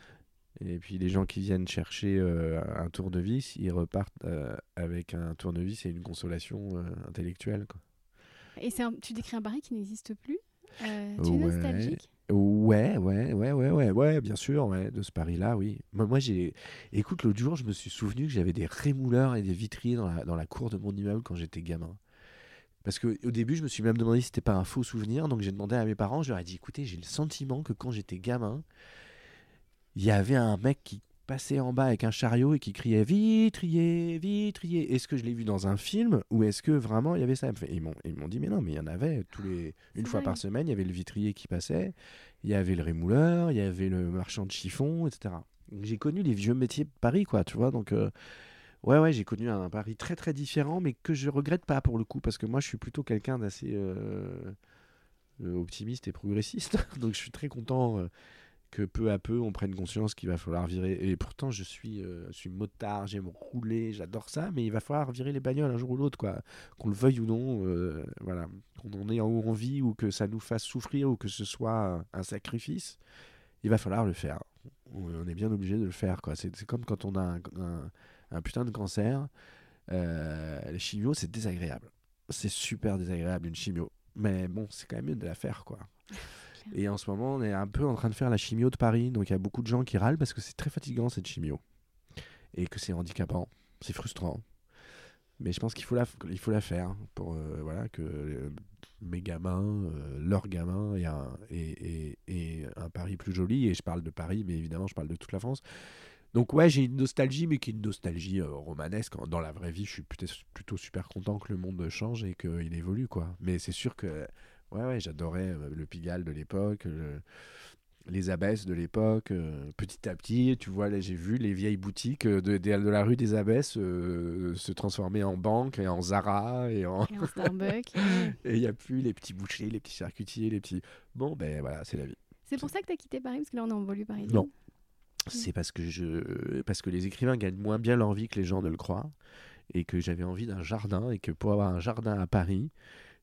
Et puis les gens qui viennent chercher euh, un tournevis, ils repartent euh, avec un tournevis et une consolation euh, intellectuelle, quoi. Et c'est un- tu décris un Paris qui n'existe plus. Euh, tu es Ouais. nostalgique? Ouais, ouais, ouais, ouais, ouais, ouais, bien sûr, ouais, de ce Paris-là, oui. Moi, moi, j'ai. Écoute, l'autre jour, je me suis souvenu que j'avais des rémouleurs et des vitriers dans la, dans la cour de mon immeuble quand j'étais gamin. Parce qu'au début, je me suis même demandé si c'était pas un faux souvenir. Donc, j'ai demandé à mes parents, je leur ai dit écoutez, j'ai le sentiment que quand j'étais gamin, il y avait un mec qui passait en bas avec un chariot et qui criait vitrier, vitrier. Est-ce que je l'ai vu dans un film ou est-ce que vraiment il y avait ça? Ils m'ont, ils m'ont dit mais non, mais il y en avait tous les une C'est fois par dingue. semaine, il y avait le vitrier qui passait, il y avait le rémouleur, il y avait le marchand de chiffon, et cetera. Donc, j'ai connu les vieux métiers de Paris, quoi, tu vois. Donc euh, ouais, ouais, j'ai connu un Paris très très différent, mais que je regrette pas pour le coup, parce que moi je suis plutôt quelqu'un d'assez euh, euh, optimiste et progressiste. Donc je suis très content euh, que peu à peu on prenne conscience qu'il va falloir virer. Et pourtant je suis, euh, je suis motard, j'aime rouler, j'adore ça, mais il va falloir virer les bagnoles un jour ou l'autre, quoi. Qu'on le veuille ou non, euh, voilà. Qu'on en ait envie ou que ça nous fasse souffrir ou que ce soit un sacrifice, il va falloir le faire. On est bien obligé de le faire, quoi. C'est, c'est comme quand on a un, un, un putain de cancer. Euh, les chimios, c'est désagréable. C'est super désagréable une chimio. Mais bon, c'est quand même mieux de la faire, quoi. Et en ce moment, on est un peu en train de faire la chimio de Paris. Donc il y a beaucoup de gens qui râlent parce que c'est très fatigant cette chimio. Et que c'est handicapant. C'est frustrant. Mais je pense qu'il faut la, il faut la faire pour euh, voilà, que euh, mes gamins, euh, leurs gamins aient un, aient- aient- aient un Paris plus joli. Et je parle de Paris, mais évidemment, je parle de toute la France. Donc ouais, j'ai une nostalgie, mais qui est une nostalgie euh, romanesque. Dans la vraie vie, je suis plutôt, plutôt super content que le monde change et qu'il évolue, quoi. Mais c'est sûr que Ouais, ouais, j'adorais euh, le Pigalle de l'époque, le- les Abbesses de l'époque. euh, petit à petit, tu vois, là, j'ai vu les vieilles boutiques euh, de, de, de la rue des Abbesses euh, se transformer en banque et en Zara et en... Et en Starbucks. Ouais. Et il n'y a plus les petits bouchers, les petits charcutiers, les petits... Bon, ben voilà, c'est la vie. C'est pour ça que tu as quitté Paris, parce que là, on est en banlieue parisienne. Non. C'est parce que, je... parce que les écrivains gagnent moins bien leur vie que les gens ne le croient. Et que j'avais envie d'un jardin. Et que pour avoir un jardin à Paris,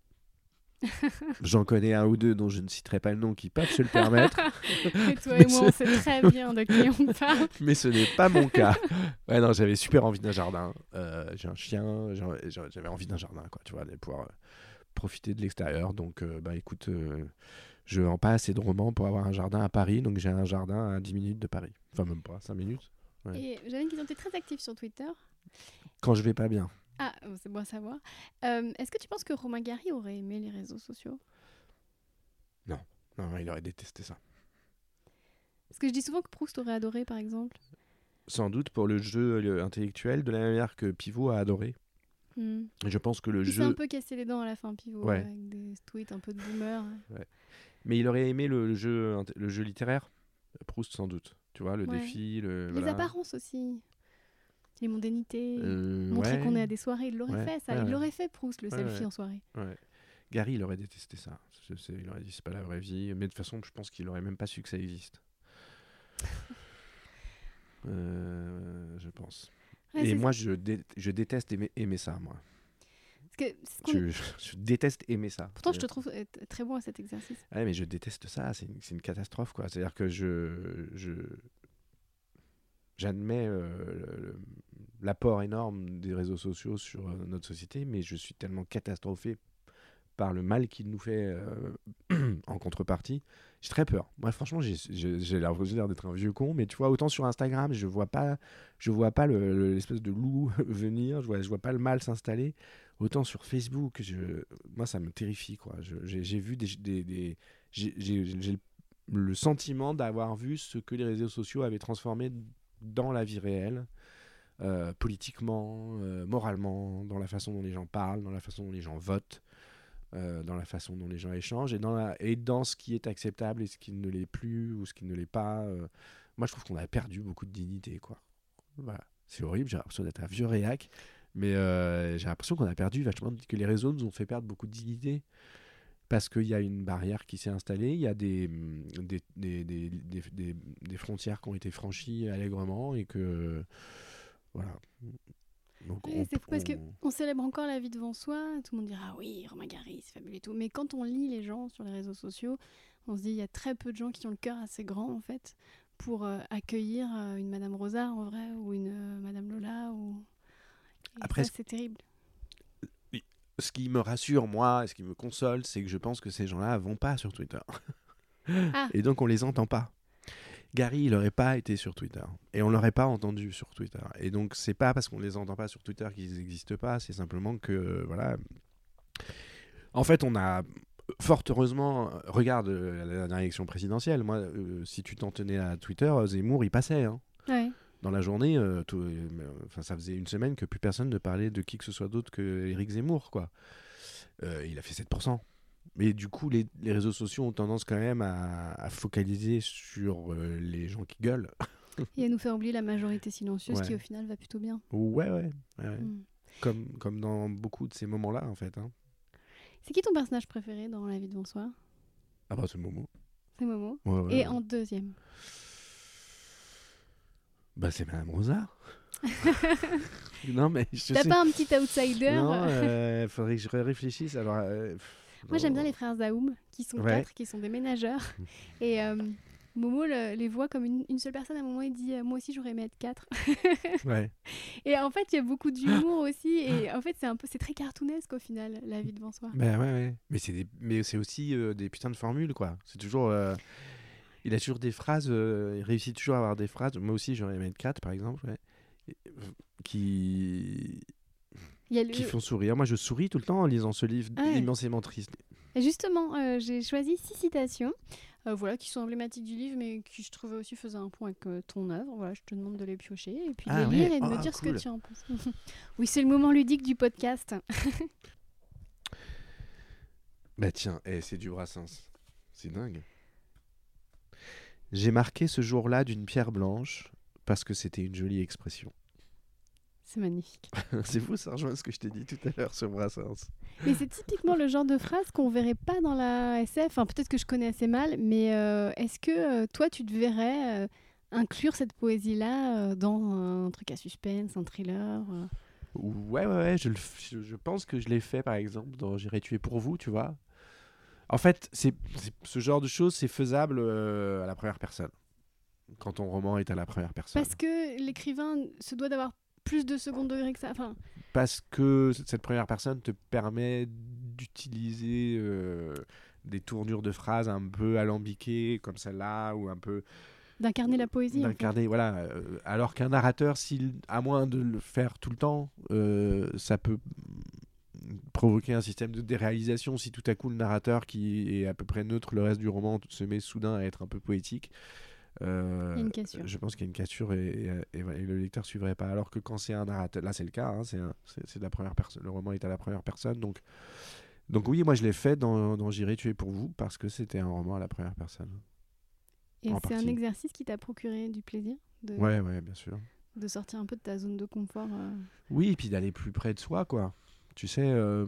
j'en connais un ou deux dont je ne citerai pas le nom qui peuvent se le permettre. Et toi Mais et moi, c'est- on sait très bien de qui on parle. Mais ce n'est pas mon cas. Ouais, non, j'avais super envie d'un jardin. Euh, j'ai un chien, j'ai- j'ai- j'avais envie d'un jardin, quoi, tu vois, de pouvoir euh, profiter de l'extérieur. Donc, euh, bah écoute, euh, je vends pas assez de romans pour avoir un jardin à Paris, donc j'ai un jardin à dix minutes de Paris. Enfin, même pas, cinq minutes. Ouais. Et j'avais une question, tu es très active sur Twitter. Quand je vais pas bien. Ah, oh, c'est bon à savoir. Euh, Est-ce que tu penses que Romain Gary aurait aimé les réseaux sociaux? Non, non, il aurait détesté ça. Parce que je dis souvent que Proust aurait adoré, par exemple. Sans doute pour le jeu le- intellectuel, de la même manière que Pivot a adoré. Hmm. Et je pense que le Il s'est jeu... un peu cassé les dents à la fin, Pivot, Ouais. avec des tweets un peu de boomer. Mais il aurait aimé le, le jeu, int- le jeu littéraire. Proust, sans doute. Tu vois, le Ouais. défi, le... Les voilà. apparences aussi. Les mondanités. Euh, Montrer ouais. qu'on est à des soirées. Il l'aurait Ouais, fait, ça. ouais, il ouais. l'aurait fait, Proust, le Ouais, selfie ouais. en soirée. Ouais. Gary, il aurait détesté ça. Je sais, il aurait dit c'est pas la vraie vie. Mais de toute façon, je pense qu'il aurait même pas su que ça existe. Euh, je pense. Ouais, Et c'est moi, je, dé- je déteste aimer, aimer ça, moi. Parce que c'est ce qu'on- Je, je- je déteste aimer ça. Pourtant, je te trouve euh, t- très bon à cet exercice. Ouais, mais je déteste ça. C'est une, c'est une catastrophe, quoi. C'est-à-dire que je, je j'admets euh, le- le- l'apport énorme des réseaux sociaux sur euh, notre société, mais je suis tellement catastrophé par le mal qu'il nous fait euh, en contrepartie. J'ai très peur. Moi, franchement, j'ai, j'ai, j'ai l'air, j'ai l'air d'être un vieux con, mais tu vois, autant sur Instagram, je vois pas, je vois pas le, le- l'espèce de loup venir, je vois, je vois pas le mal s'installer. Autant sur Facebook, je, moi, ça me terrifie, quoi. Je- j'ai, j'ai vu des, des, des- j'ai, j'ai, j'ai le, le sentiment d'avoir vu ce que les réseaux sociaux avaient transformé dans la vie réelle. Euh, politiquement, euh, moralement, dans la façon dont les gens parlent, dans la façon dont les gens votent, euh, dans la façon dont les gens échangent et dans, la, et dans ce qui est acceptable et ce qui ne l'est plus ou ce qui ne l'est pas. euh. Moi, je trouve qu'on a perdu beaucoup de dignité, quoi. Voilà. C'est horrible, j'ai l'impression d'être un vieux réac, mais euh, j'ai l'impression qu'on a perdu vachement, que les réseaux nous ont fait perdre beaucoup de dignité parce qu'il y a une barrière qui s'est installée, il y a des, des, des, des, des, des, des frontières qui ont été franchies allègrement et que... Voilà. Donc Ouais, on- c'est fou parce on- qu'on célèbre encore la vie devant soi. Tout le monde dira ah oui, Romain Gary, c'est fabuleux et tout. Mais quand on lit les gens sur les réseaux sociaux, on se dit il y a très peu de gens qui ont le cœur assez grand en fait pour euh, accueillir euh, une Madame Rosa en vrai ou une euh, Madame Lola. Ou... Et Après, ça, c'est terrible. Ce qui me rassure, moi, et ce qui me console, c'est que je pense que ces gens-là vont pas sur Twitter. Ah. Et donc, on les entend pas. Gary, il n'aurait pas été sur Twitter. Et on l'aurait pas entendu sur Twitter. Et donc, c'est pas parce qu'on les entend pas sur Twitter qu'ils n'existent pas. C'est simplement que, euh, voilà. En fait, on a, fort heureusement, regarde euh, la dernière élection présidentielle. Moi, euh, si tu t'en tenais à Twitter, Zemmour, il passait. Hein. Ouais. Dans la journée, euh, tout, euh, enfin, ça faisait une semaine que plus personne ne parlait de qui que ce soit d'autre que Éric Zemmour, quoi. Euh, il a fait sept pour cent. Mais du coup, les, les réseaux sociaux ont tendance quand même à, à focaliser sur euh, les gens qui gueulent. Et à nous faire oublier la majorité silencieuse Ouais. qui au final va plutôt bien. Ouais, ouais. ouais. Mm. Comme, comme dans beaucoup de ces moments-là, en fait. Hein. C'est qui ton personnage préféré dans La vie devant soi? Ah bah, c'est Momo. C'est Momo. Ouais, ouais, Et ouais. en deuxième? Bah, c'est Madame Rosa. Non, mais je T'as sais... pas un petit outsider? Non, euh, faudrait que je réfléchisse. Alors, euh, pff, Moi, non. j'aime bien les frères Zaoum, qui sont Ouais. quatre, qui sont des ménageurs. Et euh, Momo le- les voit comme une, une seule personne. À un moment, il dit euh, moi aussi, j'aurais aimé être quatre. Ouais. Et en fait, il y a beaucoup d'humour aussi. Et en fait, c'est un peu, c'est très cartoonesque au final, La vie devant soi. Ben ouais, ouais. Mais c'est, des... mais c'est aussi euh, des putains de formules, quoi. C'est toujours... euh, Il a toujours des phrases... euh, Il réussit toujours à avoir des phrases... Moi aussi, j'aurais aimé être quatre, par exemple, ouais. Et, euh, Qui... Il y a le... qui font sourire. Moi, je souris tout le temps en lisant ce livre Ouais. immensément triste. Et justement, euh, j'ai choisi six citations, euh, voilà, qui sont emblématiques du livre, mais qui je trouvais aussi faisaient un point avec euh, ton œuvre. Voilà, je te demande de les piocher et puis de Ah les ouais. lire et de Ah, me dire ce cool. que tu en penses. Oui, c'est le moment ludique du podcast. Bah tiens, eh, c'est du Brassens. C'est dingue. J'ai marqué ce jour-là d'une pierre blanche parce que c'était une jolie expression. C'est magnifique. C'est fou, ça rejoint ce que je t'ai dit tout à l'heure sur Brassens. Mais c'est typiquement le genre de phrase qu'on verrait pas dans la S F. Enfin, peut-être que je connais assez mal, mais euh, est-ce que euh, toi, tu te verrais euh, inclure cette poésie-là euh, dans un truc à suspense, un thriller euh Ouais, ouais, ouais, je, le f- je, je pense que je l'ai fait par exemple dans J'irai tuer pour vous, tu vois. En fait, c'est, c'est- ce genre de choses, c'est faisable euh, à la première personne. Quand ton roman est à la première personne. Parce que l'écrivain se doit d'avoir plus de second degré que ça. Enfin, Parce que cette première personne te permet d'utiliser euh, des tournures de phrases un peu alambiquées, comme celle-là, ou un peu d'incarner la poésie. En fait. d'incarner. Voilà. euh, alors qu'un narrateur, s'il, à moins de le faire tout le temps, euh, ça peut provoquer un système de déréalisation si tout à coup le narrateur, qui est à peu près neutre le reste du roman, se met soudain à être un peu poétique. Euh, Il y a une cassure. Je pense qu'il y a une cassure et, et, et, et le lecteur suivrait pas. Alors que quand c'est un narrateur, là c'est le cas, hein, c'est, un, c'est, c'est de la première personne. Le roman est à la première personne, donc donc oui, moi je l'ai fait dans, dans J'irai tuer pour vous parce que c'était un roman à la première personne. Et En c'est partie. un exercice qui t'a procuré du plaisir de, Ouais, ouais, bien sûr. de sortir un peu de ta zone de confort. euh. Oui, et puis d'aller plus près de soi, quoi. Tu sais, euh,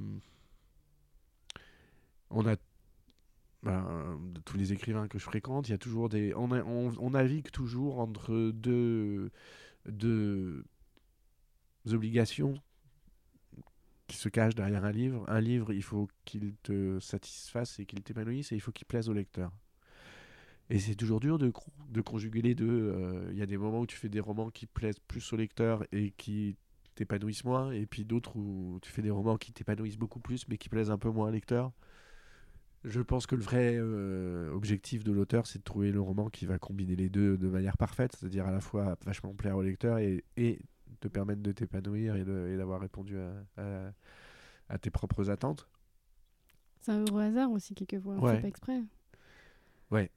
on a ben, de tous les écrivains que je fréquente, il y a toujours des, on, a- on, on navigue toujours entre deux, deux obligations qui se cachent derrière un livre. Un livre, il faut qu'il te satisfasse et qu'il t'épanouisse, et il faut qu'il plaise au lecteur. Et c'est toujours dur de, cro- de conjuguer les deux. Euh, Il y a des moments où tu fais des romans qui plaisent plus au lecteur et qui t'épanouissent moins, et puis d'autres où tu fais des romans qui t'épanouissent beaucoup plus mais qui plaisent un peu moins au lecteur. Je pense que le vrai euh, objectif de l'auteur, c'est de trouver le roman qui va combiner les deux de manière parfaite, c'est-à-dire à la fois vachement plaire au lecteur et, et te permettre de t'épanouir et, de, et d'avoir répondu à, à, à tes propres attentes. C'est un heureux hasard aussi, quelquefois. On Ouais. fait pas exprès. Ouais.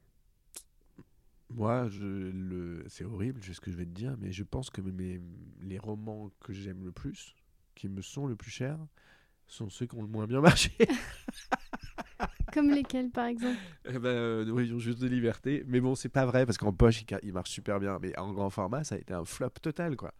Moi, je, le, c'est horrible, c'est ce que je vais te dire, mais je pense que mes, les romans que j'aime le plus, qui me sont le plus chers, sont ceux qui ont le moins bien marché. Comme lesquels, par exemple? Eh ben, euh, oui, ils ont juste de liberté. Mais bon, c'est pas vrai, parce qu'en poche, il, ca- il marche super bien. Mais en grand format, ça a été un flop total, quoi.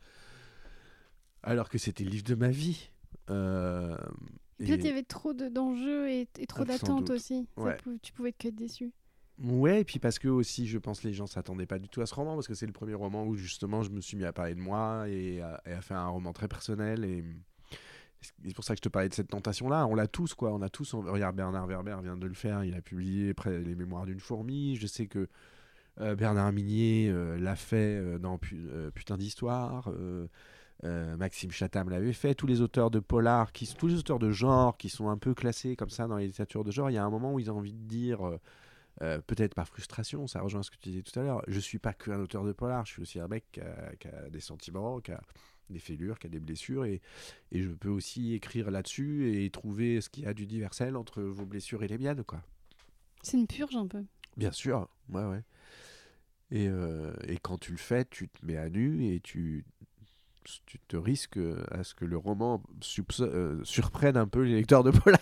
Alors que c'était le livre de ma vie. Euh, Et peut-être et- il y avait trop de, d'enjeux et, et trop Ah, sans d'attentes doute. aussi. Ça Ouais. pou- tu pouvais que être déçu. Ouais, et puis parce que aussi, je pense que les gens s'attendaient pas du tout à ce roman, parce que c'est le premier roman où justement je me suis mis à parler de moi et à, et à faire un roman très personnel. Et c'est pour ça que je te parlais de cette tentation-là. On l'a tous, quoi. On a tous. Regarde, Bernard Werber vient de le faire. Il a publié près les Mémoires d'une fourmi. Je sais que euh, Bernard Minier euh, l'a fait euh, dans Pu- euh, Putain d'histoire. Euh, euh, Maxime Chatham l'avait fait. Tous les auteurs de polar, qui, tous les auteurs de genre qui sont un peu classés comme ça dans les littératures de genre, il y a un moment où ils ont envie de dire. Euh, Euh, peut-être par frustration, ça rejoint ce que tu disais tout à l'heure. Je suis pas qu'un auteur de polar, je suis aussi un mec qui a, qui a des sentiments, qui a des fêlures, qui a des blessures, et, et je peux aussi écrire là-dessus et trouver ce qu'il y a d'universel entre vos blessures et les miennes, quoi. C'est une purge un peu. Bien sûr, ouais, ouais. Et, euh, et quand tu le fais, tu te mets à nu et tu, tu te risques à ce que le roman subso- euh, surprenne un peu les lecteurs de polar.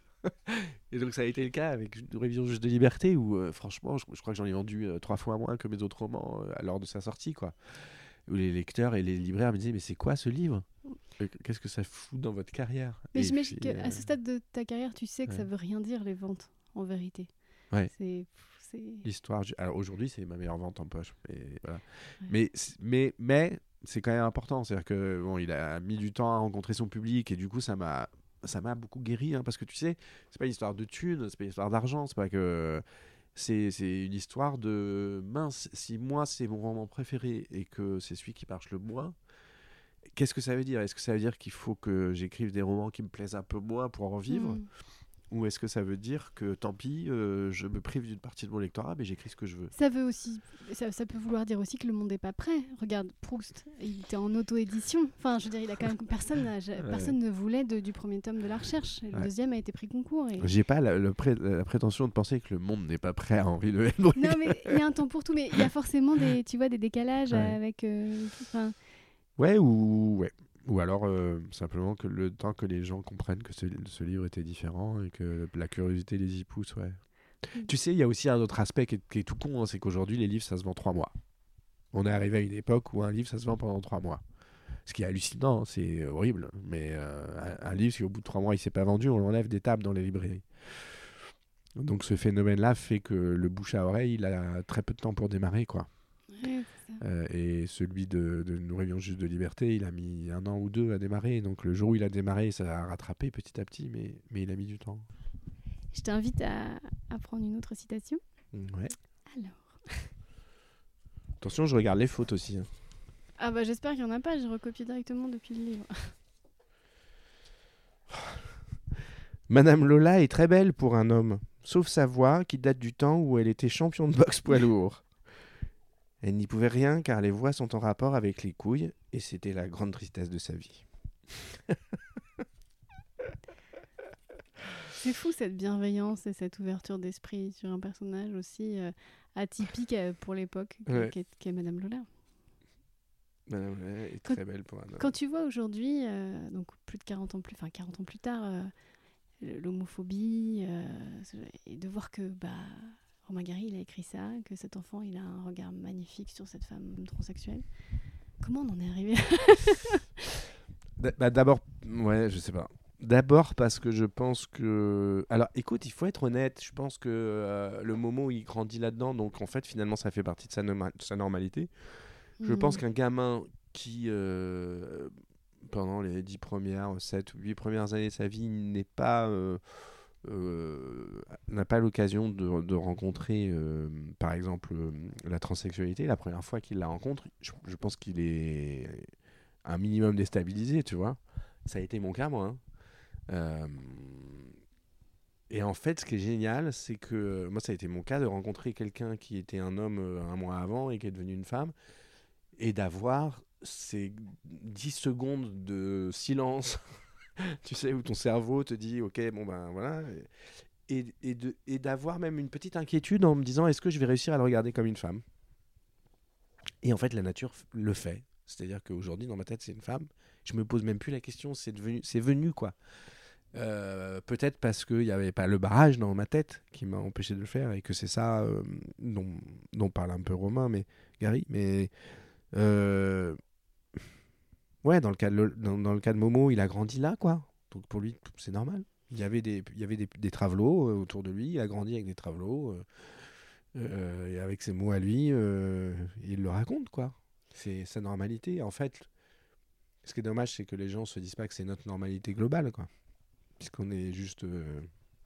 Et donc ça a été le cas avec une révision juste de liberté où euh, franchement je, je crois que j'en ai vendu euh, trois fois moins que mes autres romans euh, lors de sa sortie, quoi, où les lecteurs et les libraires me disaient mais c'est quoi ce livre. Euh, qu'est-ce que ça fout dans votre carrière. Mais Et j'imagine puis, qu'à euh, ce stade de ta carrière, tu sais que ouais. ça veut rien dire les ventes, en vérité. Ouais. C'est, c'est... l'histoire ju- alors aujourd'hui c'est ma meilleure vente en poche, mais voilà. Ouais. mais c- mais mais c'est quand même important, c'est à dire que bon, il a mis du temps à rencontrer son public et du coup ça m'a ça m'a beaucoup guéri, hein, parce que tu sais, c'est pas une histoire de thunes, c'est pas une histoire d'argent, c'est pas que c'est, c'est une histoire de mince, si moi c'est mon roman préféré et que c'est celui qui marche le moins, qu'est-ce que ça veut dire? Est-ce que ça veut dire qu'il faut que j'écrive des romans qui me plaisent un peu moins pour en vivre? Mm. Ou est-ce que ça veut dire que tant pis, euh, je me prive d'une partie de mon lectorat, mais j'écris ce que je veux? Ça veut aussi, ça, ça peut vouloir dire aussi que le monde n'est pas prêt. Regarde Proust, il était en auto-édition. Enfin, je veux dire, il a quand même personne, n'a- Ouais. personne ne voulait de- du premier tome de La Recherche. Et le Ouais. deuxième a été pris concours. Et... J'ai pas la, le pré- la prétention de penser que le monde n'est pas prêt à Henri Le Henry. Non, mais il y a un temps pour tout, mais il y a forcément des, tu vois, des décalages Ouais. avec. euh, tout, enfin, Ouais, ou ouais. Ou alors, euh, simplement, que le temps que les gens comprennent que ce, ce livre était différent et que la curiosité les y pousse, ouais. Mm. Tu sais, il y a aussi un autre aspect qui est, qui est tout con, hein, c'est qu'aujourd'hui, les livres, ça se vend trois mois. On est arrivé à une époque où un livre, ça se vend pendant trois mois. Ce qui est hallucinant, hein, c'est horrible. Mais euh, un, un livre, si au bout de trois mois, il ne s'est pas vendu, on l'enlève des tables dans les librairies. Donc ce phénomène-là fait que le bouche à oreille, il a très peu de temps pour démarrer, quoi. Ouais, c'est ça. Euh, et celui de, de Nous rêvions juste de liberté, il a mis un an ou deux à démarrer. Donc le jour où il a démarré, ça a rattrapé petit à petit, mais, mais il a mis du temps. Je t'invite à, à prendre une autre citation. Ouais. Alors. Attention, je regarde les fautes aussi. Hein. Ah bah j'espère qu'il n'y en a pas, j'ai recopié directement depuis le livre. Madame Lola est très belle pour un homme, sauf sa voix qui date du temps où elle était championne de boxe poids lourd. Elle n'y pouvait rien car les voix sont en rapport avec les couilles et c'était la grande tristesse de sa vie. C'est fou cette bienveillance et cette ouverture d'esprit sur un personnage aussi euh, atypique euh, pour l'époque ouais. qu'est, qu'est Madame Lola. Madame Lola est quand, très belle pour un homme. Quand tu vois aujourd'hui, euh, donc plus de quarante ans plus, enfin quarante ans plus tard, euh, l'homophobie, euh, et de voir que bah, Romain Gary il a écrit ça, que cet enfant il a un regard magnifique sur cette femme transsexuelle. Comment on en est arrivé bah, D'abord, ouais, je sais pas. D'abord parce que je pense que... Alors écoute, il faut être honnête, je pense que euh, le moment où il grandit là-dedans, donc en fait finalement ça fait partie de sa, norma- de sa normalité. Mmh. Je pense qu'un gamin qui, euh, pendant les dix premières, sept ou huit premières années de sa vie, n'est pas, euh, euh, n'a pas l'occasion de, de rencontrer, euh, par exemple, euh, la transsexualité, la première fois qu'il la rencontre, je, je pense qu'il est un minimum déstabilisé, tu vois. Ça a été mon cas, moi. Hein. Euh, et en fait, ce qui est génial, c'est que moi, ça a été mon cas de rencontrer quelqu'un qui était un homme euh, un mois avant et qui est devenu une femme, et d'avoir ces dix secondes de silence, tu sais, où ton cerveau te dit, ok, bon ben voilà, et, et, de, et d'avoir même une petite inquiétude en me disant, est-ce que je vais réussir à le regarder comme une femme ? Et en fait, la nature le fait. C'est-à-dire qu'aujourd'hui, dans ma tête, c'est une femme. Je me pose même plus la question, c'est, devenu, c'est venu, quoi. Euh, peut-être parce qu'il n'y avait pas le barrage dans ma tête qui m'a empêché de le faire et que c'est ça euh, dont, dont parle un peu Romain, mais Gary. Mais euh, ouais, dans le, cas de, dans, dans le cas de Momo, il a grandi là, quoi. Donc pour lui, c'est normal. Il y avait des, il y avait des, des travelots euh, autour de lui. Il a grandi avec des travelots. Euh, euh, et avec ses mots à lui, euh, il le raconte, quoi. C'est sa normalité. En fait, ce qui est dommage, c'est que les gens se disent pas que c'est notre normalité globale, quoi. Puisqu'on est juste euh,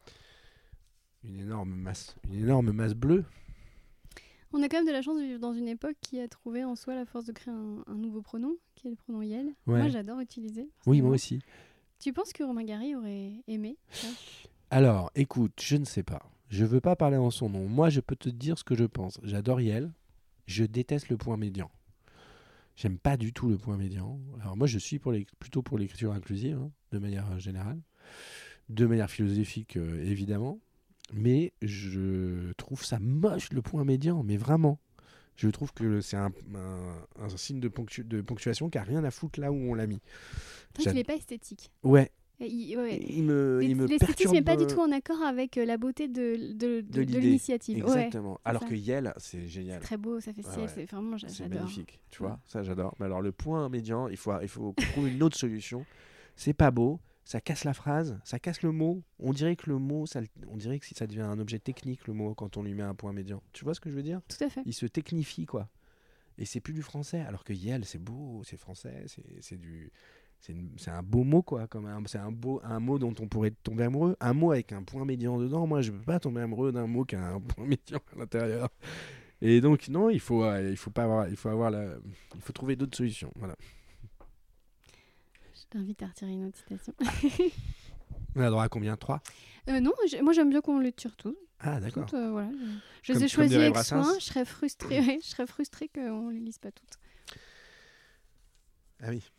une énorme masse, une énorme masse bleue. On a quand même de la chance de vivre dans une époque qui a trouvé en soi la force de créer un, un nouveau pronom, qui est le pronom Yel. Ouais. Moi, j'adore utiliser. Oui, moi aussi. Tu penses que Romain Gary aurait aimé ça ? Alors, écoute, je ne sais pas. Je veux pas parler en son nom. Moi, je peux te dire ce que je pense. J'adore Yel. Je déteste le point médian. J'aime pas du tout le point médian. Alors moi, je suis pour les, plutôt pour l'écriture inclusive, hein, de manière générale. De manière philosophique, euh, évidemment. Mais je trouve ça moche, le point médian. Mais vraiment. Je trouve que c'est un, un, un signe de, ponctu- de ponctuation qui n'a rien à foutre là où on l'a mis. Donc il n'est pas esthétique. Ouais. Il, ouais. il me, il me L'esthétisme n'est perturbe... pas du tout en accord avec la beauté de, de, de, de, de l'initiative. Exactement. Ouais, alors ça. que Yel, c'est génial. C'est très beau, ça fait ciel, ouais, ouais. C'est vraiment j'adore. C'est magnifique, tu vois, ouais. Ça j'adore. Mais alors le point médian, il faut, il faut trouver une autre solution. C'est pas beau, ça casse la phrase, ça casse le mot. On dirait que le mot, ça, on dirait que ça devient un objet technique, le mot, quand on lui met un point médian. Tu vois ce que je veux dire ? Tout à fait. Il se technifie, quoi. Et c'est plus du français, alors que Yel, c'est beau, c'est français, c'est, c'est du... C'est, une, c'est un beau mot, quoi. Comme un, c'est un, beau, un mot dont on pourrait tomber amoureux. Un mot avec un point médian dedans. Moi, je ne peux pas tomber amoureux d'un mot qui a un point médian à l'intérieur. Et donc, non, il faut, euh, il faut, pas avoir, il faut, avoir la, il faut trouver d'autres solutions. Voilà. Je t'invite à retirer une autre citation. On a droit à combien ? Trois ? euh, Non, moi, j'aime bien qu'on les tire tous. Ah, d'accord. Toutes, euh, voilà. Je comme, les ai choisis avec soin. Je serais frustrée, ouais, je serais frustrée qu'on ne les lise pas toutes. Ah oui.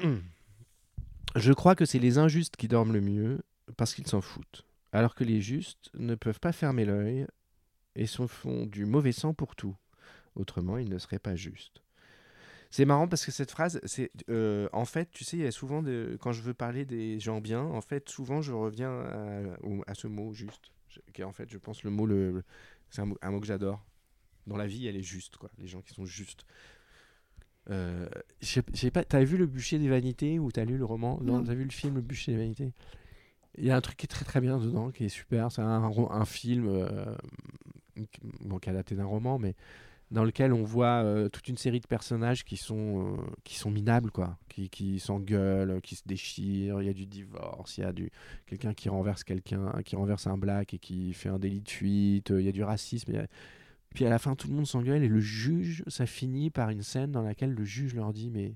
Je crois que c'est les injustes qui dorment le mieux parce qu'ils s'en foutent, alors que les justes ne peuvent pas fermer l'œil et se font du mauvais sang pour tout. Autrement, ils ne seraient pas justes. C'est marrant parce que cette phrase, c'est euh, en fait, tu sais, il y a souvent de, quand je veux parler des gens bien, en fait, souvent je reviens à, au- à ce mot juste, je- qui est en fait, je pense le mot le, le- c'est un mot, un mot que j'adore. Dans la vie, elle est juste, quoi. Les gens qui sont justes. Euh, je sais je sais pas, t'as vu Le Bûcher des Vanités ou t'as lu le roman? Non, Non. t'as vu le film Le Bûcher des Vanités? Il y a un truc qui est très très bien dedans, qui est super. C'est un, ro- un film euh, qui- bon, qui est adapté d'un roman, mais dans lequel on voit euh, toute une série de personnages qui sont, euh, qui sont minables, quoi. Qui, qui s'engueulent, qui se déchirent. Il y a du divorce, il y a du, quelqu'un qui renverse quelqu'un, qui renverse un black et qui fait un délit de fuite. Il y a du racisme. il y a- Puis à la fin, tout le monde s'engueule et le juge, ça finit par une scène dans laquelle le juge leur dit mais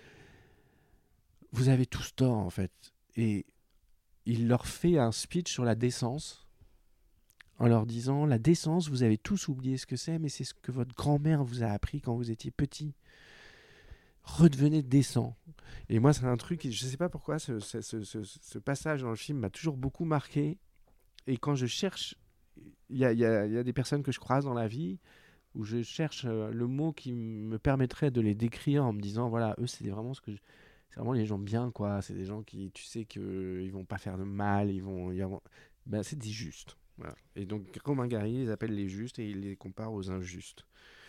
vous avez tous tort en fait. Et il leur fait un speech sur la décence en leur disant la décence, vous avez tous oublié ce que c'est, mais c'est ce que votre grand-mère vous a appris quand vous étiez petit. Redevenez décent. Et moi, c'est un truc, je sais pas pourquoi, ce, ce, ce, ce, ce passage dans le film m'a toujours beaucoup marqué. Et quand je cherche, il y a, y a, y a des personnes que je croise dans la vie où je cherche euh, le mot qui me permettrait de les décrire en me disant voilà, eux, c'est vraiment ce que je... C'est vraiment les gens bien, quoi. C'est des gens qui, tu sais qu'ils vont pas faire de mal, ils vont... Ils vont... Ben, c'est des justes. Voilà. Et donc, Romain Gary les appelle les justes et il les compare aux injustes.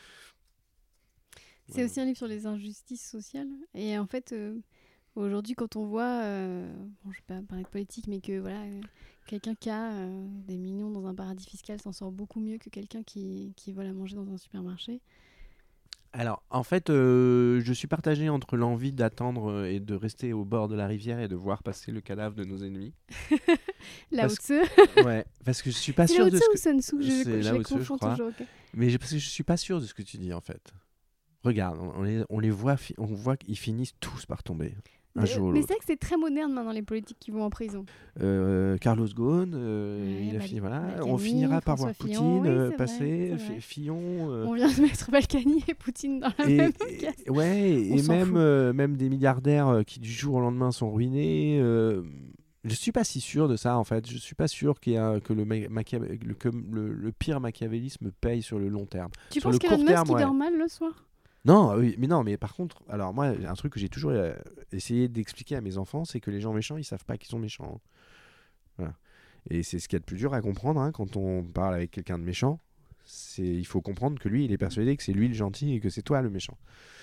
C'est Voilà. aussi un livre sur les injustices sociales. Et en fait, euh, aujourd'hui, quand on voit, euh, bon, je vais pas parler de politique, mais que voilà, euh, quelqu'un qui a euh, des millions dans un paradis fiscal s'en sort beaucoup mieux que quelqu'un qui, qui vole à manger dans un supermarché. Alors, en fait, euh, je suis partagé entre l'envie d'attendre euh, et de rester au bord de la rivière et de voir passer le cadavre de nos ennemis. Lao Parce Tzu. Ouais, parce que je suis pas C'est sûr Lao de Tzu ce ou que... Sun Tzu? Je, C'est je Lao les Tzu, je confonds crois. toujours. ok. Mais je- parce que je suis pas sûr de ce que tu dis, en fait. Regarde, on on les, on les voit, fi- on voit qu'ils finissent tous par tomber, un De- jour ou mais c'est l'autre. vrai que c'est très moderne maintenant, les politiques qui vont en prison. Euh, Carlos Ghosn, euh, Ouais, il a Bal- fini, voilà. Balkany, On finira par François voir Fillon, Poutine oui, euh, c'est passer, vrai, c'est vrai. Fi- Fillon. euh, On vient de mettre Balkany et Poutine dans la et, même et- pièce. ouais, On et s'en même, fout. euh, même des milliardaires euh, qui du jour au lendemain sont ruinés. Euh, je suis pas si sûr de ça, en fait. Je suis pas sûr qu'il y a, que, le, ma- machiavé- le, que le, le pire machiavélisme paye sur le long terme. Tu Sur penses le qu'Elon court Musk terme, il ouais. dort mal le soir? Non, oui, mais non, mais par contre, alors moi, un truc que j'ai toujours euh, essayé d'expliquer à mes enfants, c'est que les gens méchants, ils savent pas qu'ils sont méchants. Voilà. Et c'est ce qu'il y a de plus dur à comprendre hein, quand on parle avec quelqu'un de méchant. C'est, il faut comprendre que lui, il est persuadé que c'est lui le gentil et que c'est toi le méchant.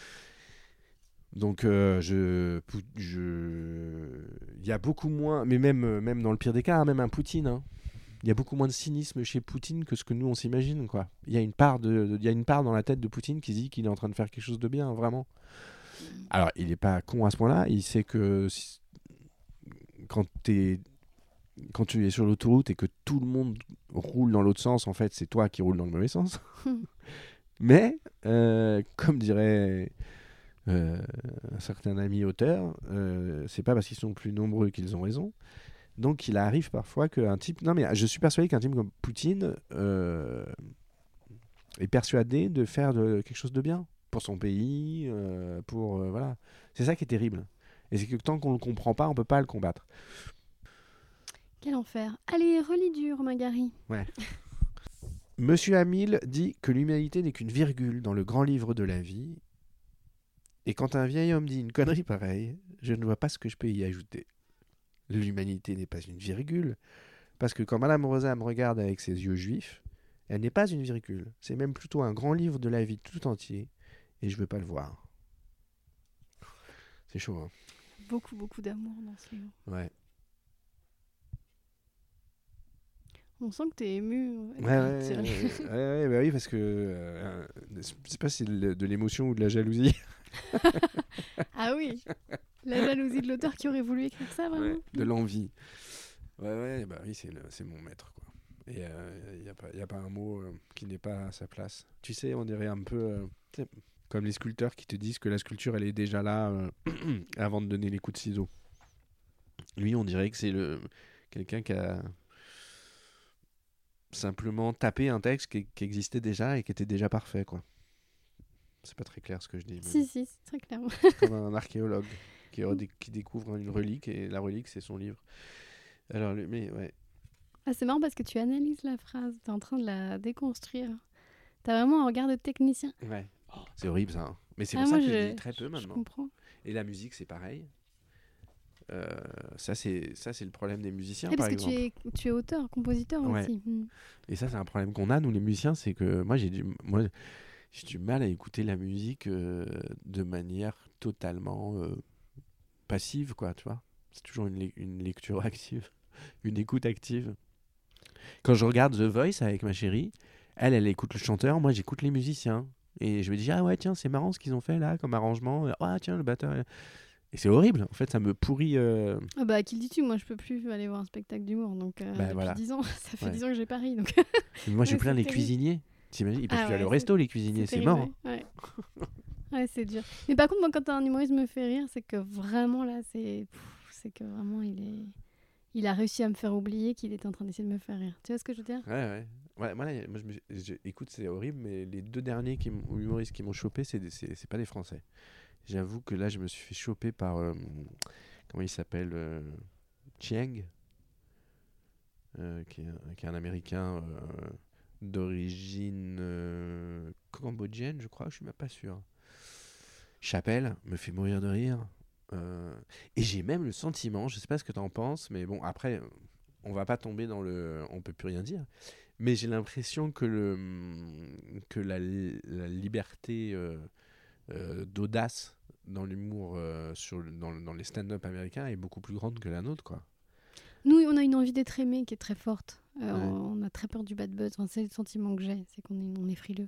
Donc, euh, je, pou- je, il y a beaucoup moins, mais même, euh, même dans le pire des cas, hein, même un Poutine, hein, il y a beaucoup moins de cynisme chez Poutine que ce que nous on s'imagine, quoi. Il y a une part de, de- il y a une part dans la tête de Poutine qui dit qu'il est en train de faire quelque chose de bien, vraiment. Alors, il est pas con à ce point-là. Il sait que si- quand t'es quand tu es sur l'autoroute et que tout le monde roule dans l'autre sens, en fait, c'est toi qui roules dans le mauvais sens. Mais, euh, comme dirait euh, un certain ami auteur, euh, c'est pas parce qu'ils sont plus nombreux qu'ils ont raison. Donc, il arrive parfois qu'un type. Non, mais je suis persuadé qu'un type comme Poutine euh, est persuadé de faire de, quelque chose de bien pour son pays, euh, pour. Euh, voilà. C'est ça qui est terrible. Et c'est que tant qu'on le comprend pas, on peut pas le combattre. Quel enfer. Allez, relis du Romain Gary. Ouais. Monsieur Hamill dit que l'humanité n'est qu'une virgule dans le grand livre de la vie. Et quand un vieil homme dit une connerie pareille, je ne vois pas ce que je peux y ajouter. L'humanité n'est pas une virgule, parce que quand Madame Rosa me regarde avec ses yeux juifs, elle n'est pas une virgule. C'est même plutôt un grand livre de la vie tout entier, et je veux pas le voir. C'est chaud, hein. Beaucoup, beaucoup d'amour dans ce livre. Ouais. On sent que t'es ému. Ouais, ouais, ouais, ouais, ouais, bah oui, parce que euh, je sais pas si c'est de de l'émotion ou de la jalousie. Ah oui. La jalousie de l'auteur qui aurait voulu écrire ça, vraiment. Ouais, de l'envie. Ouais, ouais, bah oui, c'est, le- c'est mon maître, quoi. Et il euh, n'y a, pas- y a pas un mot euh, qui n'est pas à sa place. Tu sais, on dirait un peu euh, tu sais, comme les sculpteurs qui te disent que la sculpture, elle est déjà là euh, avant de donner les coups de ciseaux. Lui, on dirait que c'est le quelqu'un qui a simplement tapé un texte qui, qui existait déjà et qui était déjà parfait, quoi. C'est pas très clair ce que je dis. Mais Si, si, c'est très clair. c'est comme un archéologue qui, redé- qui découvre une relique et la relique, c'est son livre. Alors, lui- mais ouais. Ah, c'est marrant parce que tu analyses la phrase. T'es en train de la déconstruire. T'as vraiment un regard de technicien. Ouais. Oh, c'est horrible ça. Hein. Mais c'est Ah, pour moi, ça que je, je, le dis très peu je, je maintenant. comprends. Et la musique, c'est pareil. Euh, ça, c'est, ça, c'est le problème des musiciens, Et par parce que tu exemple. es, tu es auteur, compositeur Ouais. aussi. Mm. Et ça, c'est un problème qu'on a, nous, les musiciens, c'est que moi, j'ai du, moi, j'ai du mal à écouter la musique euh, de manière totalement euh, passive, quoi, tu vois. C'est toujours une, le- une lecture active, une écoute active. Quand je regarde The Voice avec ma chérie, elle, elle écoute le chanteur, moi, j'écoute les musiciens. Et je me dis, ah ouais, tiens, c'est marrant ce qu'ils ont fait là comme arrangement. Ah, tiens, le batteur. Et c'est horrible. En fait, ça me pourrit. euh, Ah bah, qui le dis-tu? Moi, je peux plus aller voir un spectacle d'humour. Donc, euh, Bah depuis voilà. dix ans, ça fait Ouais. dix ans que j'ai pas ri. Donc, Mais moi, je ouais, plains c'est les terrible. cuisiniers. T'imagines, ils peuvent Ah plus aller ouais, au c'est resto, les cuisiniers, c'est c'est terrible, mort. hein. ouais. Ouais. Ouais, c'est dur. Mais par contre, moi, quand un humoriste me fait rire, c'est que vraiment, là, c'est... pff, c'est que vraiment, il est... Il a réussi à me faire oublier qu'il était en train d'essayer de me faire rire. Tu vois ce que je veux dire? Ouais, ouais. Ouais, moi, là, moi, je me suis- je- écoute, c'est horrible, mais les deux derniers qui m'ont- humoristes qui m'ont chopé, c'est, des- c'est, c'est pas des Français. J'avoue que là, je me suis fait choper par. euh, comment il s'appelle euh, Chiang, euh, qui, est, un- qui est un Américain euh, d'origine euh, cambodgienne, je crois, je suis même pas sûr. Chappelle me fait mourir de rire. Euh, et j'ai même le sentiment, je sais pas ce que tu en penses, mais bon, après, euh, on va pas tomber dans le. On peut plus rien dire. Mais j'ai l'impression que, le, que la, la liberté euh, euh, d'audace dans l'humour, euh, sur le- dans, le- dans les stand-up américains est beaucoup plus grande que la nôtre, quoi. Nous, on a une envie d'être aimé qui est très forte. Euh, Ouais. on, on a très peur du bad buzz. Enfin, c'est le sentiment que j'ai. C'est qu'on est, on est frileux.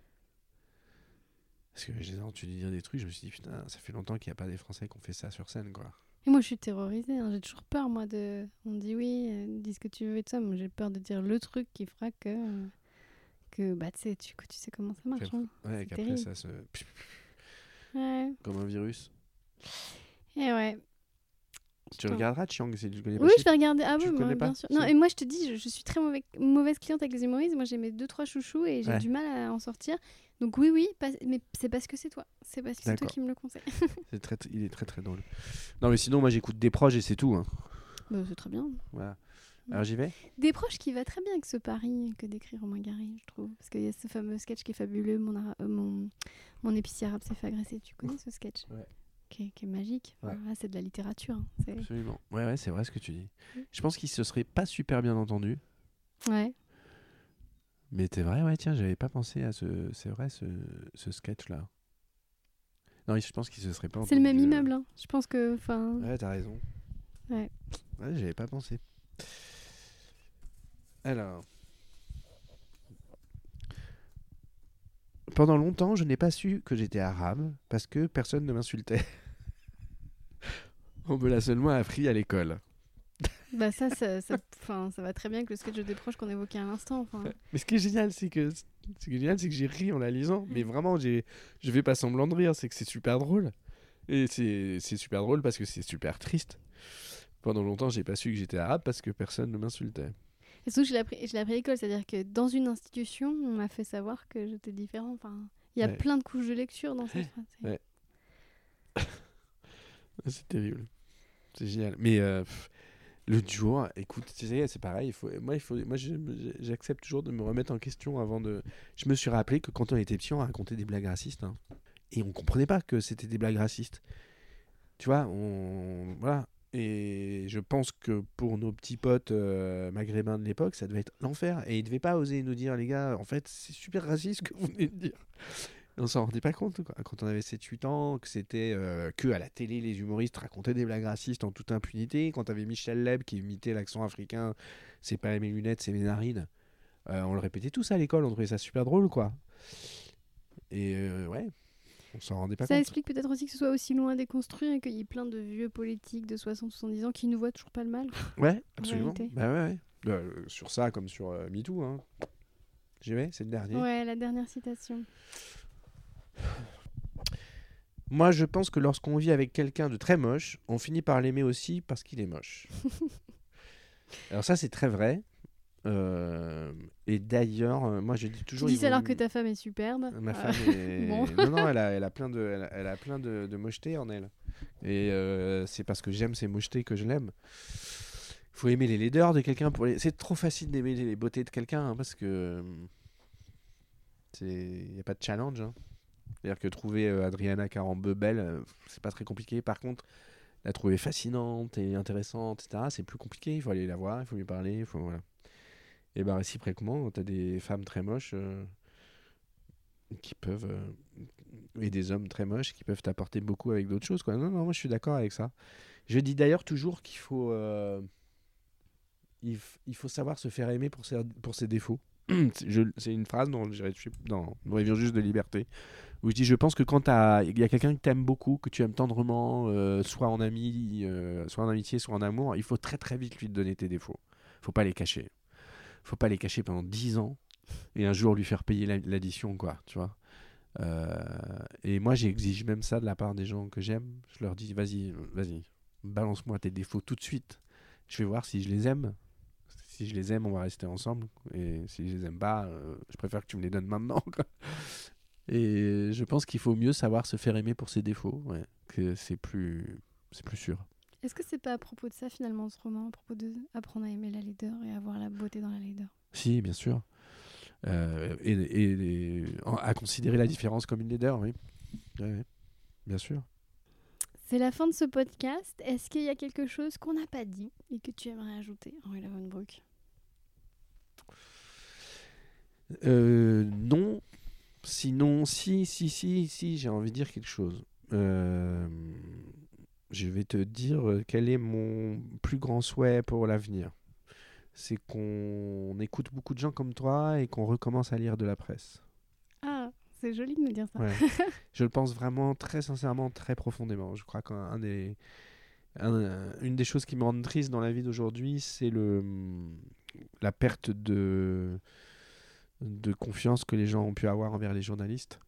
Parce que j'ai entendu dire des trucs, je me suis dit, putain, ça fait longtemps qu'il n'y a pas des Français qui ont fait ça sur scène, quoi. Et moi, je suis terrorisée. Hein. J'ai toujours peur, moi, de... On me dit oui, euh, dis ce que tu veux et tout ça. Moi, j'ai peur de dire le truc qui fera que... euh, que, bah, tu sais, tu, que tu sais comment ça marche. Qu'après- Hein. Ouais, C'est qu'après, terrible. ça se. Ouais. Comme un virus. Et ouais. Tu Putain. regarderas Chiang, si tu connais pas. Oui, si- je vais regarder. Ah tu oui, le moi, connais bien pas, sûr. Non, c'est- et moi, je te dis, je, je suis très mauvais- mauvaise cliente avec les humoristes. Moi, j'ai mes deux, trois chouchous et j'ai Ouais. du mal à en sortir. Donc oui, oui, pas- mais c'est parce que c'est toi. C'est parce que c'est toi D'accord. qui me le conseille. C'est très, il est très très drôle. Non, mais sinon, moi j'écoute des proches et c'est tout. Hein. Bah, c'est très bien. Voilà. Alors j'y vais. Des proches qui va très bien avec ce pari que décrit Romain Gary, je trouve. Parce qu'il y a ce fameux sketch qui est fabuleux, mon, ara- euh, mon, mon épicier arabe s'est fait agresser. Tu connais ce sketch? Ouais. Qui est, qui est magique. Enfin, Ouais. là, c'est de la littérature. Hein. C'est... Absolument. Ouais, ouais, c'est vrai ce que tu dis. Mm. Je pense qu'il se serait pas super bien entendu. Ouais. Mais c'est vrai, ouais, tiens, j'avais pas pensé à ce. C'est vrai, ce, ce sketch-là. Non, je pense qu'il se serait pas C'est le même entendu, euh. immeuble. Hein. Je pense que. Enfin. Ouais, t'as raison. Ouais. Ouais, j'avais pas pensé. Alors. Pendant longtemps, je n'ai pas su que j'étais arabe parce que personne ne m'insultait. On me l'a seulement appris à l'école. Bah, ça, ça, ça, enfin, ça va très bien avec le sketch des proches qu'on évoquait à l'instant. Enfin. Mais ce qui est génial, c'est que, ce qui est génial, c'est que j'ai ri en la lisant. Mais vraiment, j'ai, je fais pas semblant de rire. C'est que c'est super drôle. Et c'est, c'est super drôle parce que c'est super triste. Pendant longtemps, j'ai pas su que j'étais arabe parce que personne ne m'insultait. Et surtout, je l'ai appris, je l'ai appris à l'école. C'est-à-dire que dans une institution, on m'a fait savoir que j'étais différent. Enfin, il y a Ouais. plein de couches de lecture dans cette phrase. C'est- Ouais. C'est terrible. C'est génial. Mais euh, pff, le jour, écoute, tu sais, c'est pareil. Il faut, moi, il faut, moi je- j'accepte toujours de me remettre en question avant de. Je me suis rappelé que quand on était petit, on racontait des blagues racistes. Hein. Et on comprenait pas que c'était des blagues racistes. Tu vois, on. Voilà. Et je pense que pour nos petits potes euh, maghrébins de l'époque, ça devait être l'enfer. Et ils devaient pas oser nous dire, les gars, en fait, c'est super raciste ce que vous venez de dire. On s'en rendait pas compte quoi. Quand on avait sept huit ans, que c'était euh, que à la télé les humoristes racontaient des blagues racistes en toute impunité. Quand t'avais Michel Leb qui imitait l'accent africain, c'est pas mes lunettes, c'est mes narines. Euh, on le répétait tous à l'école, on trouvait ça super drôle quoi. Et euh, ouais, on s'en rendait pas Ça compte. explique peut-être aussi que ce soit aussi loin déconstruit et qu'il y ait plein de vieux politiques de soixante soixante-dix ans qui ne voient toujours pas le mal. Ouais, absolument. réalité. Bah ouais, ouais. Euh, sur ça comme sur euh, MeToo. Hein. J'y vais, c'est le dernier. Ouais, la dernière citation. Moi, je pense que lorsqu'on vit avec quelqu'un de très moche, on finit par l'aimer aussi parce qu'il est moche. Alors ça, c'est très vrai. Euh, et d'ailleurs, euh, moi, je dis Tu toujours... dis ils ça alors vont- que ta femme est superbe. Ma Euh, femme est... bon. Non, non, elle a, elle a plein, de, elle a, elle a plein de, de mocheté en elle. Et euh, c'est parce que j'aime ces mochetés que je l'aime. Il faut aimer les laideurs de quelqu'un. Pour les... C'est trop facile d'aimer les beautés de quelqu'un hein, parce que... Il n'y a pas de challenge. Hein. C'est-à-dire que trouver euh, Adriana Carambeu belle, euh, c'est pas très compliqué. Par contre, la trouver fascinante et intéressante, et cetera, c'est plus compliqué. Il faut aller la voir, il faut lui parler, il faut, voilà. Et ben réciproquement, tu as des femmes très moches euh, qui peuvent euh, et des hommes très moches qui peuvent t'apporter beaucoup avec d'autres choses, quoi. Non, non, moi je suis d'accord avec ça. Je dis d'ailleurs toujours qu'il faut euh, il, f- il faut savoir se faire aimer pour ses, pour ses défauts. C'est je- c'est une phrase dont je suis dans dans Revient juste de liberté où je dis je pense que quand t'as- il y a quelqu'un que t'aimes beaucoup, que tu aimes tendrement, euh, soit en ami, euh, soit en amitié, soit en amour, il faut très très vite lui donner tes défauts. Faut pas les cacher. Faut pas les cacher pendant dix ans et un jour lui faire payer la- l'addition, quoi, tu vois. Euh, et moi, j'exige même ça de la part des gens que j'aime. Je leur dis, vas-y, vas-y, balance-moi tes défauts tout de suite. Je vais voir si je les aime. Si je les aime, on va rester ensemble. Et si je les aime pas, euh, je préfère que tu me les donnes maintenant, quoi. Et je pense qu'il faut mieux savoir se faire aimer pour ses défauts, ouais, que c'est plus, c'est plus sûr. Est-ce que c'est pas à propos de ça finalement ce roman, à propos de apprendre à aimer la laideur et avoir la beauté dans la laideur? Si, bien sûr. Euh, et, et- et en- à considérer la différence comme une laideur, oui. Ouais, ouais, bien sûr. C'est la fin de ce podcast. Est-ce qu'il y a quelque chose qu'on n'a pas dit et que tu aimerais ajouter, Henri Lavenbruck? Euh, non. Sinon, si, si, si, si, j'ai envie de dire quelque chose. Euh, je vais te dire euh, quel est mon plus grand souhait pour l'avenir. C'est qu'on écoute beaucoup de gens comme toi et qu'on recommence à lire de la presse. Ah, c'est joli de me dire ça. Ouais. Je le pense vraiment très sincèrement, très profondément. Je crois qu'un des, un- une des choses qui me rendent triste dans la vie d'aujourd'hui, c'est le, la perte de, de confiance que les gens ont pu avoir envers les journalistes.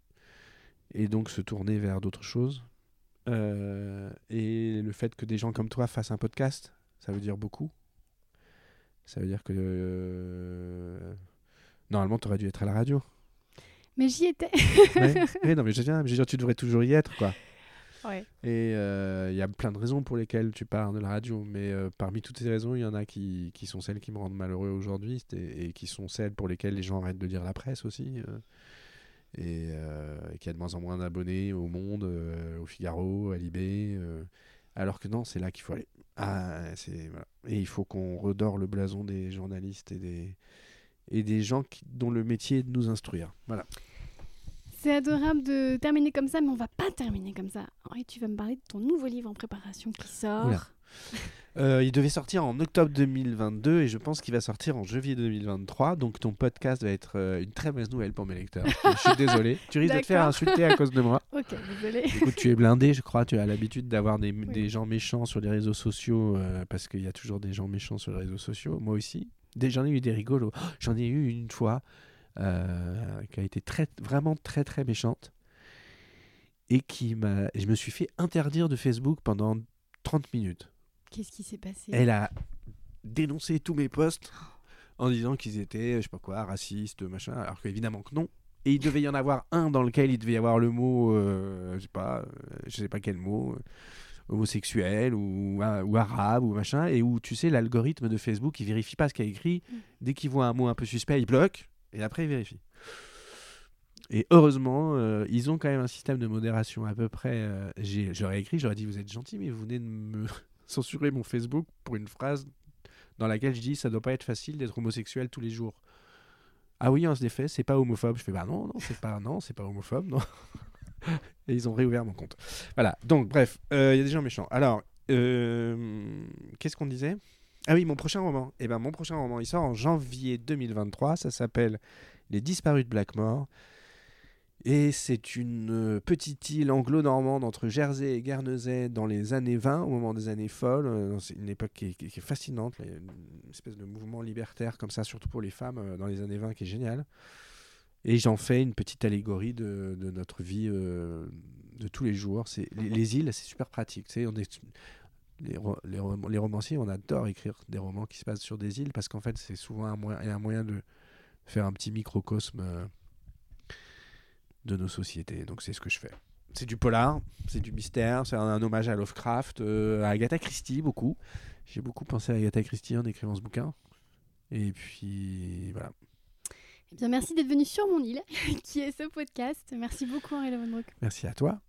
Et donc se tourner vers d'autres choses. Euh, et le fait que des gens comme toi fassent un podcast, ça veut dire beaucoup. Ça veut dire que euh, normalement, tu aurais dû être à la radio. Mais j'y étais. Ouais. Mais non, mais je veux dire, je veux dire, tu devrais toujours y être, quoi. Ouais. Et il euh, y a plein de raisons pour lesquelles tu pars de la radio, mais euh, parmi toutes ces raisons, il y en a qui, qui sont celles qui me rendent malheureux aujourd'hui et, et qui sont celles pour lesquelles les gens arrêtent de lire la presse aussi. Euh, et euh, qu'il y a de moins en moins d'abonnés au Monde, euh, au Figaro, à Libé. Euh, alors que non, c'est là qu'il faut aller. Ah, c'est, voilà. Et il faut qu'on redore le blason des journalistes et des, et des gens qui, dont le métier est de nous instruire. Voilà. C'est adorable de terminer comme ça, mais on va pas terminer comme ça. Henri, tu vas me parler de ton nouveau livre en préparation qui sort. Oula. Euh, il devait sortir en octobre deux mille vingt-deux et je pense qu'il va sortir en janvier deux mille vingt-trois. Donc ton podcast va être euh, une très mauvaise nouvelle pour mes lecteurs. Je suis désolé. Tu risques de te faire D'accord. insulter à cause de moi. Ok, désolé. Écoute, tu es blindé, je crois. Tu as l'habitude d'avoir des, Oui. des gens méchants sur les réseaux sociaux euh, parce qu'il y a toujours des gens méchants sur les réseaux sociaux. Moi aussi. Des, j'en ai eu des rigolos. Oh, j'en ai eu une fois euh, qui a été très, vraiment très très méchante et qui m'a. Je me suis fait interdire de Facebook pendant trente minutes. Qu'est-ce qui s'est passé? Elle a dénoncé tous mes posts en disant qu'ils étaient, je sais pas quoi, racistes, machin, alors qu'évidemment que non. Et il devait y en avoir un dans lequel il devait y avoir le mot, euh, je sais pas, euh, je sais pas quel mot, euh, homosexuel ou, euh, ou arabe ou machin, et où tu sais l'algorithme de Facebook il vérifie pas ce qu'il y a écrit. Mm. Dès qu'il voit un mot un peu suspect, il bloque et après il vérifie. Et heureusement, euh, ils ont quand même un système de modération à peu près. Euh, j'ai, j'aurais écrit, j'aurais dit vous êtes gentil, mais vous venez de me censurer mon Facebook pour une phrase dans laquelle je dis ça doit pas être facile d'être homosexuel tous les jours. Ah oui, en effet, c'est pas homophobe. Je fais bah non, non, c'est pas non, c'est pas homophobe, non. Et ils ont réouvert mon compte. Voilà. Donc bref, il euh, y a des gens méchants. Alors, euh, qu'est-ce qu'on disait? Ah oui, mon prochain roman. Eh ben mon prochain roman, il sort en janvier deux mille vingt-trois. Ça s'appelle Les Disparus de Blackmore. Et c'est une euh, petite île anglo-normande entre Jersey et Guernesey dans les années vingt, au moment des années folles. Euh, c'est une époque qui est, qui est- qui est fascinante, là, une espèce de mouvement libertaire comme ça, surtout pour les femmes, euh, dans les années vingt, qui est génial. Et j'en fais une petite allégorie de, de notre vie euh, de tous les jours. C'est, les, les îles, c'est super pratique. Tu sais, on est, les, ro- les, rom- les romanciers, on adore écrire des romans qui se passent sur des îles parce qu'en fait, c'est souvent un moyen, un moyen de faire un petit microcosme euh, de nos sociétés. Donc c'est ce que je fais. C'est du polar, c'est du mystère, c'est un, un hommage à Lovecraft, euh, à Agatha Christie beaucoup. J'ai beaucoup pensé à Agatha Christie en écrivant ce bouquin. Et puis voilà. Eh bien, merci d'être venu sur mon île, qui est ce podcast. Merci beaucoup, Henri Levendrock. Merci à toi.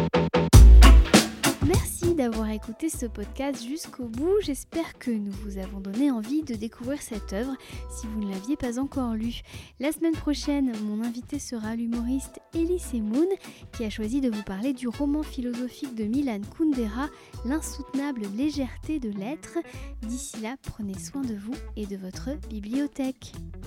Merci d'avoir écouté ce podcast jusqu'au bout. J'espère que nous vous avons donné envie de découvrir cette œuvre si vous ne l'aviez pas encore lue. La semaine prochaine, mon invité sera l'humoriste Elie Moon qui a choisi de vous parler du roman philosophique de Milan Kundera, L'insoutenable légèreté de l'être. D'ici là, prenez soin de vous et de votre bibliothèque.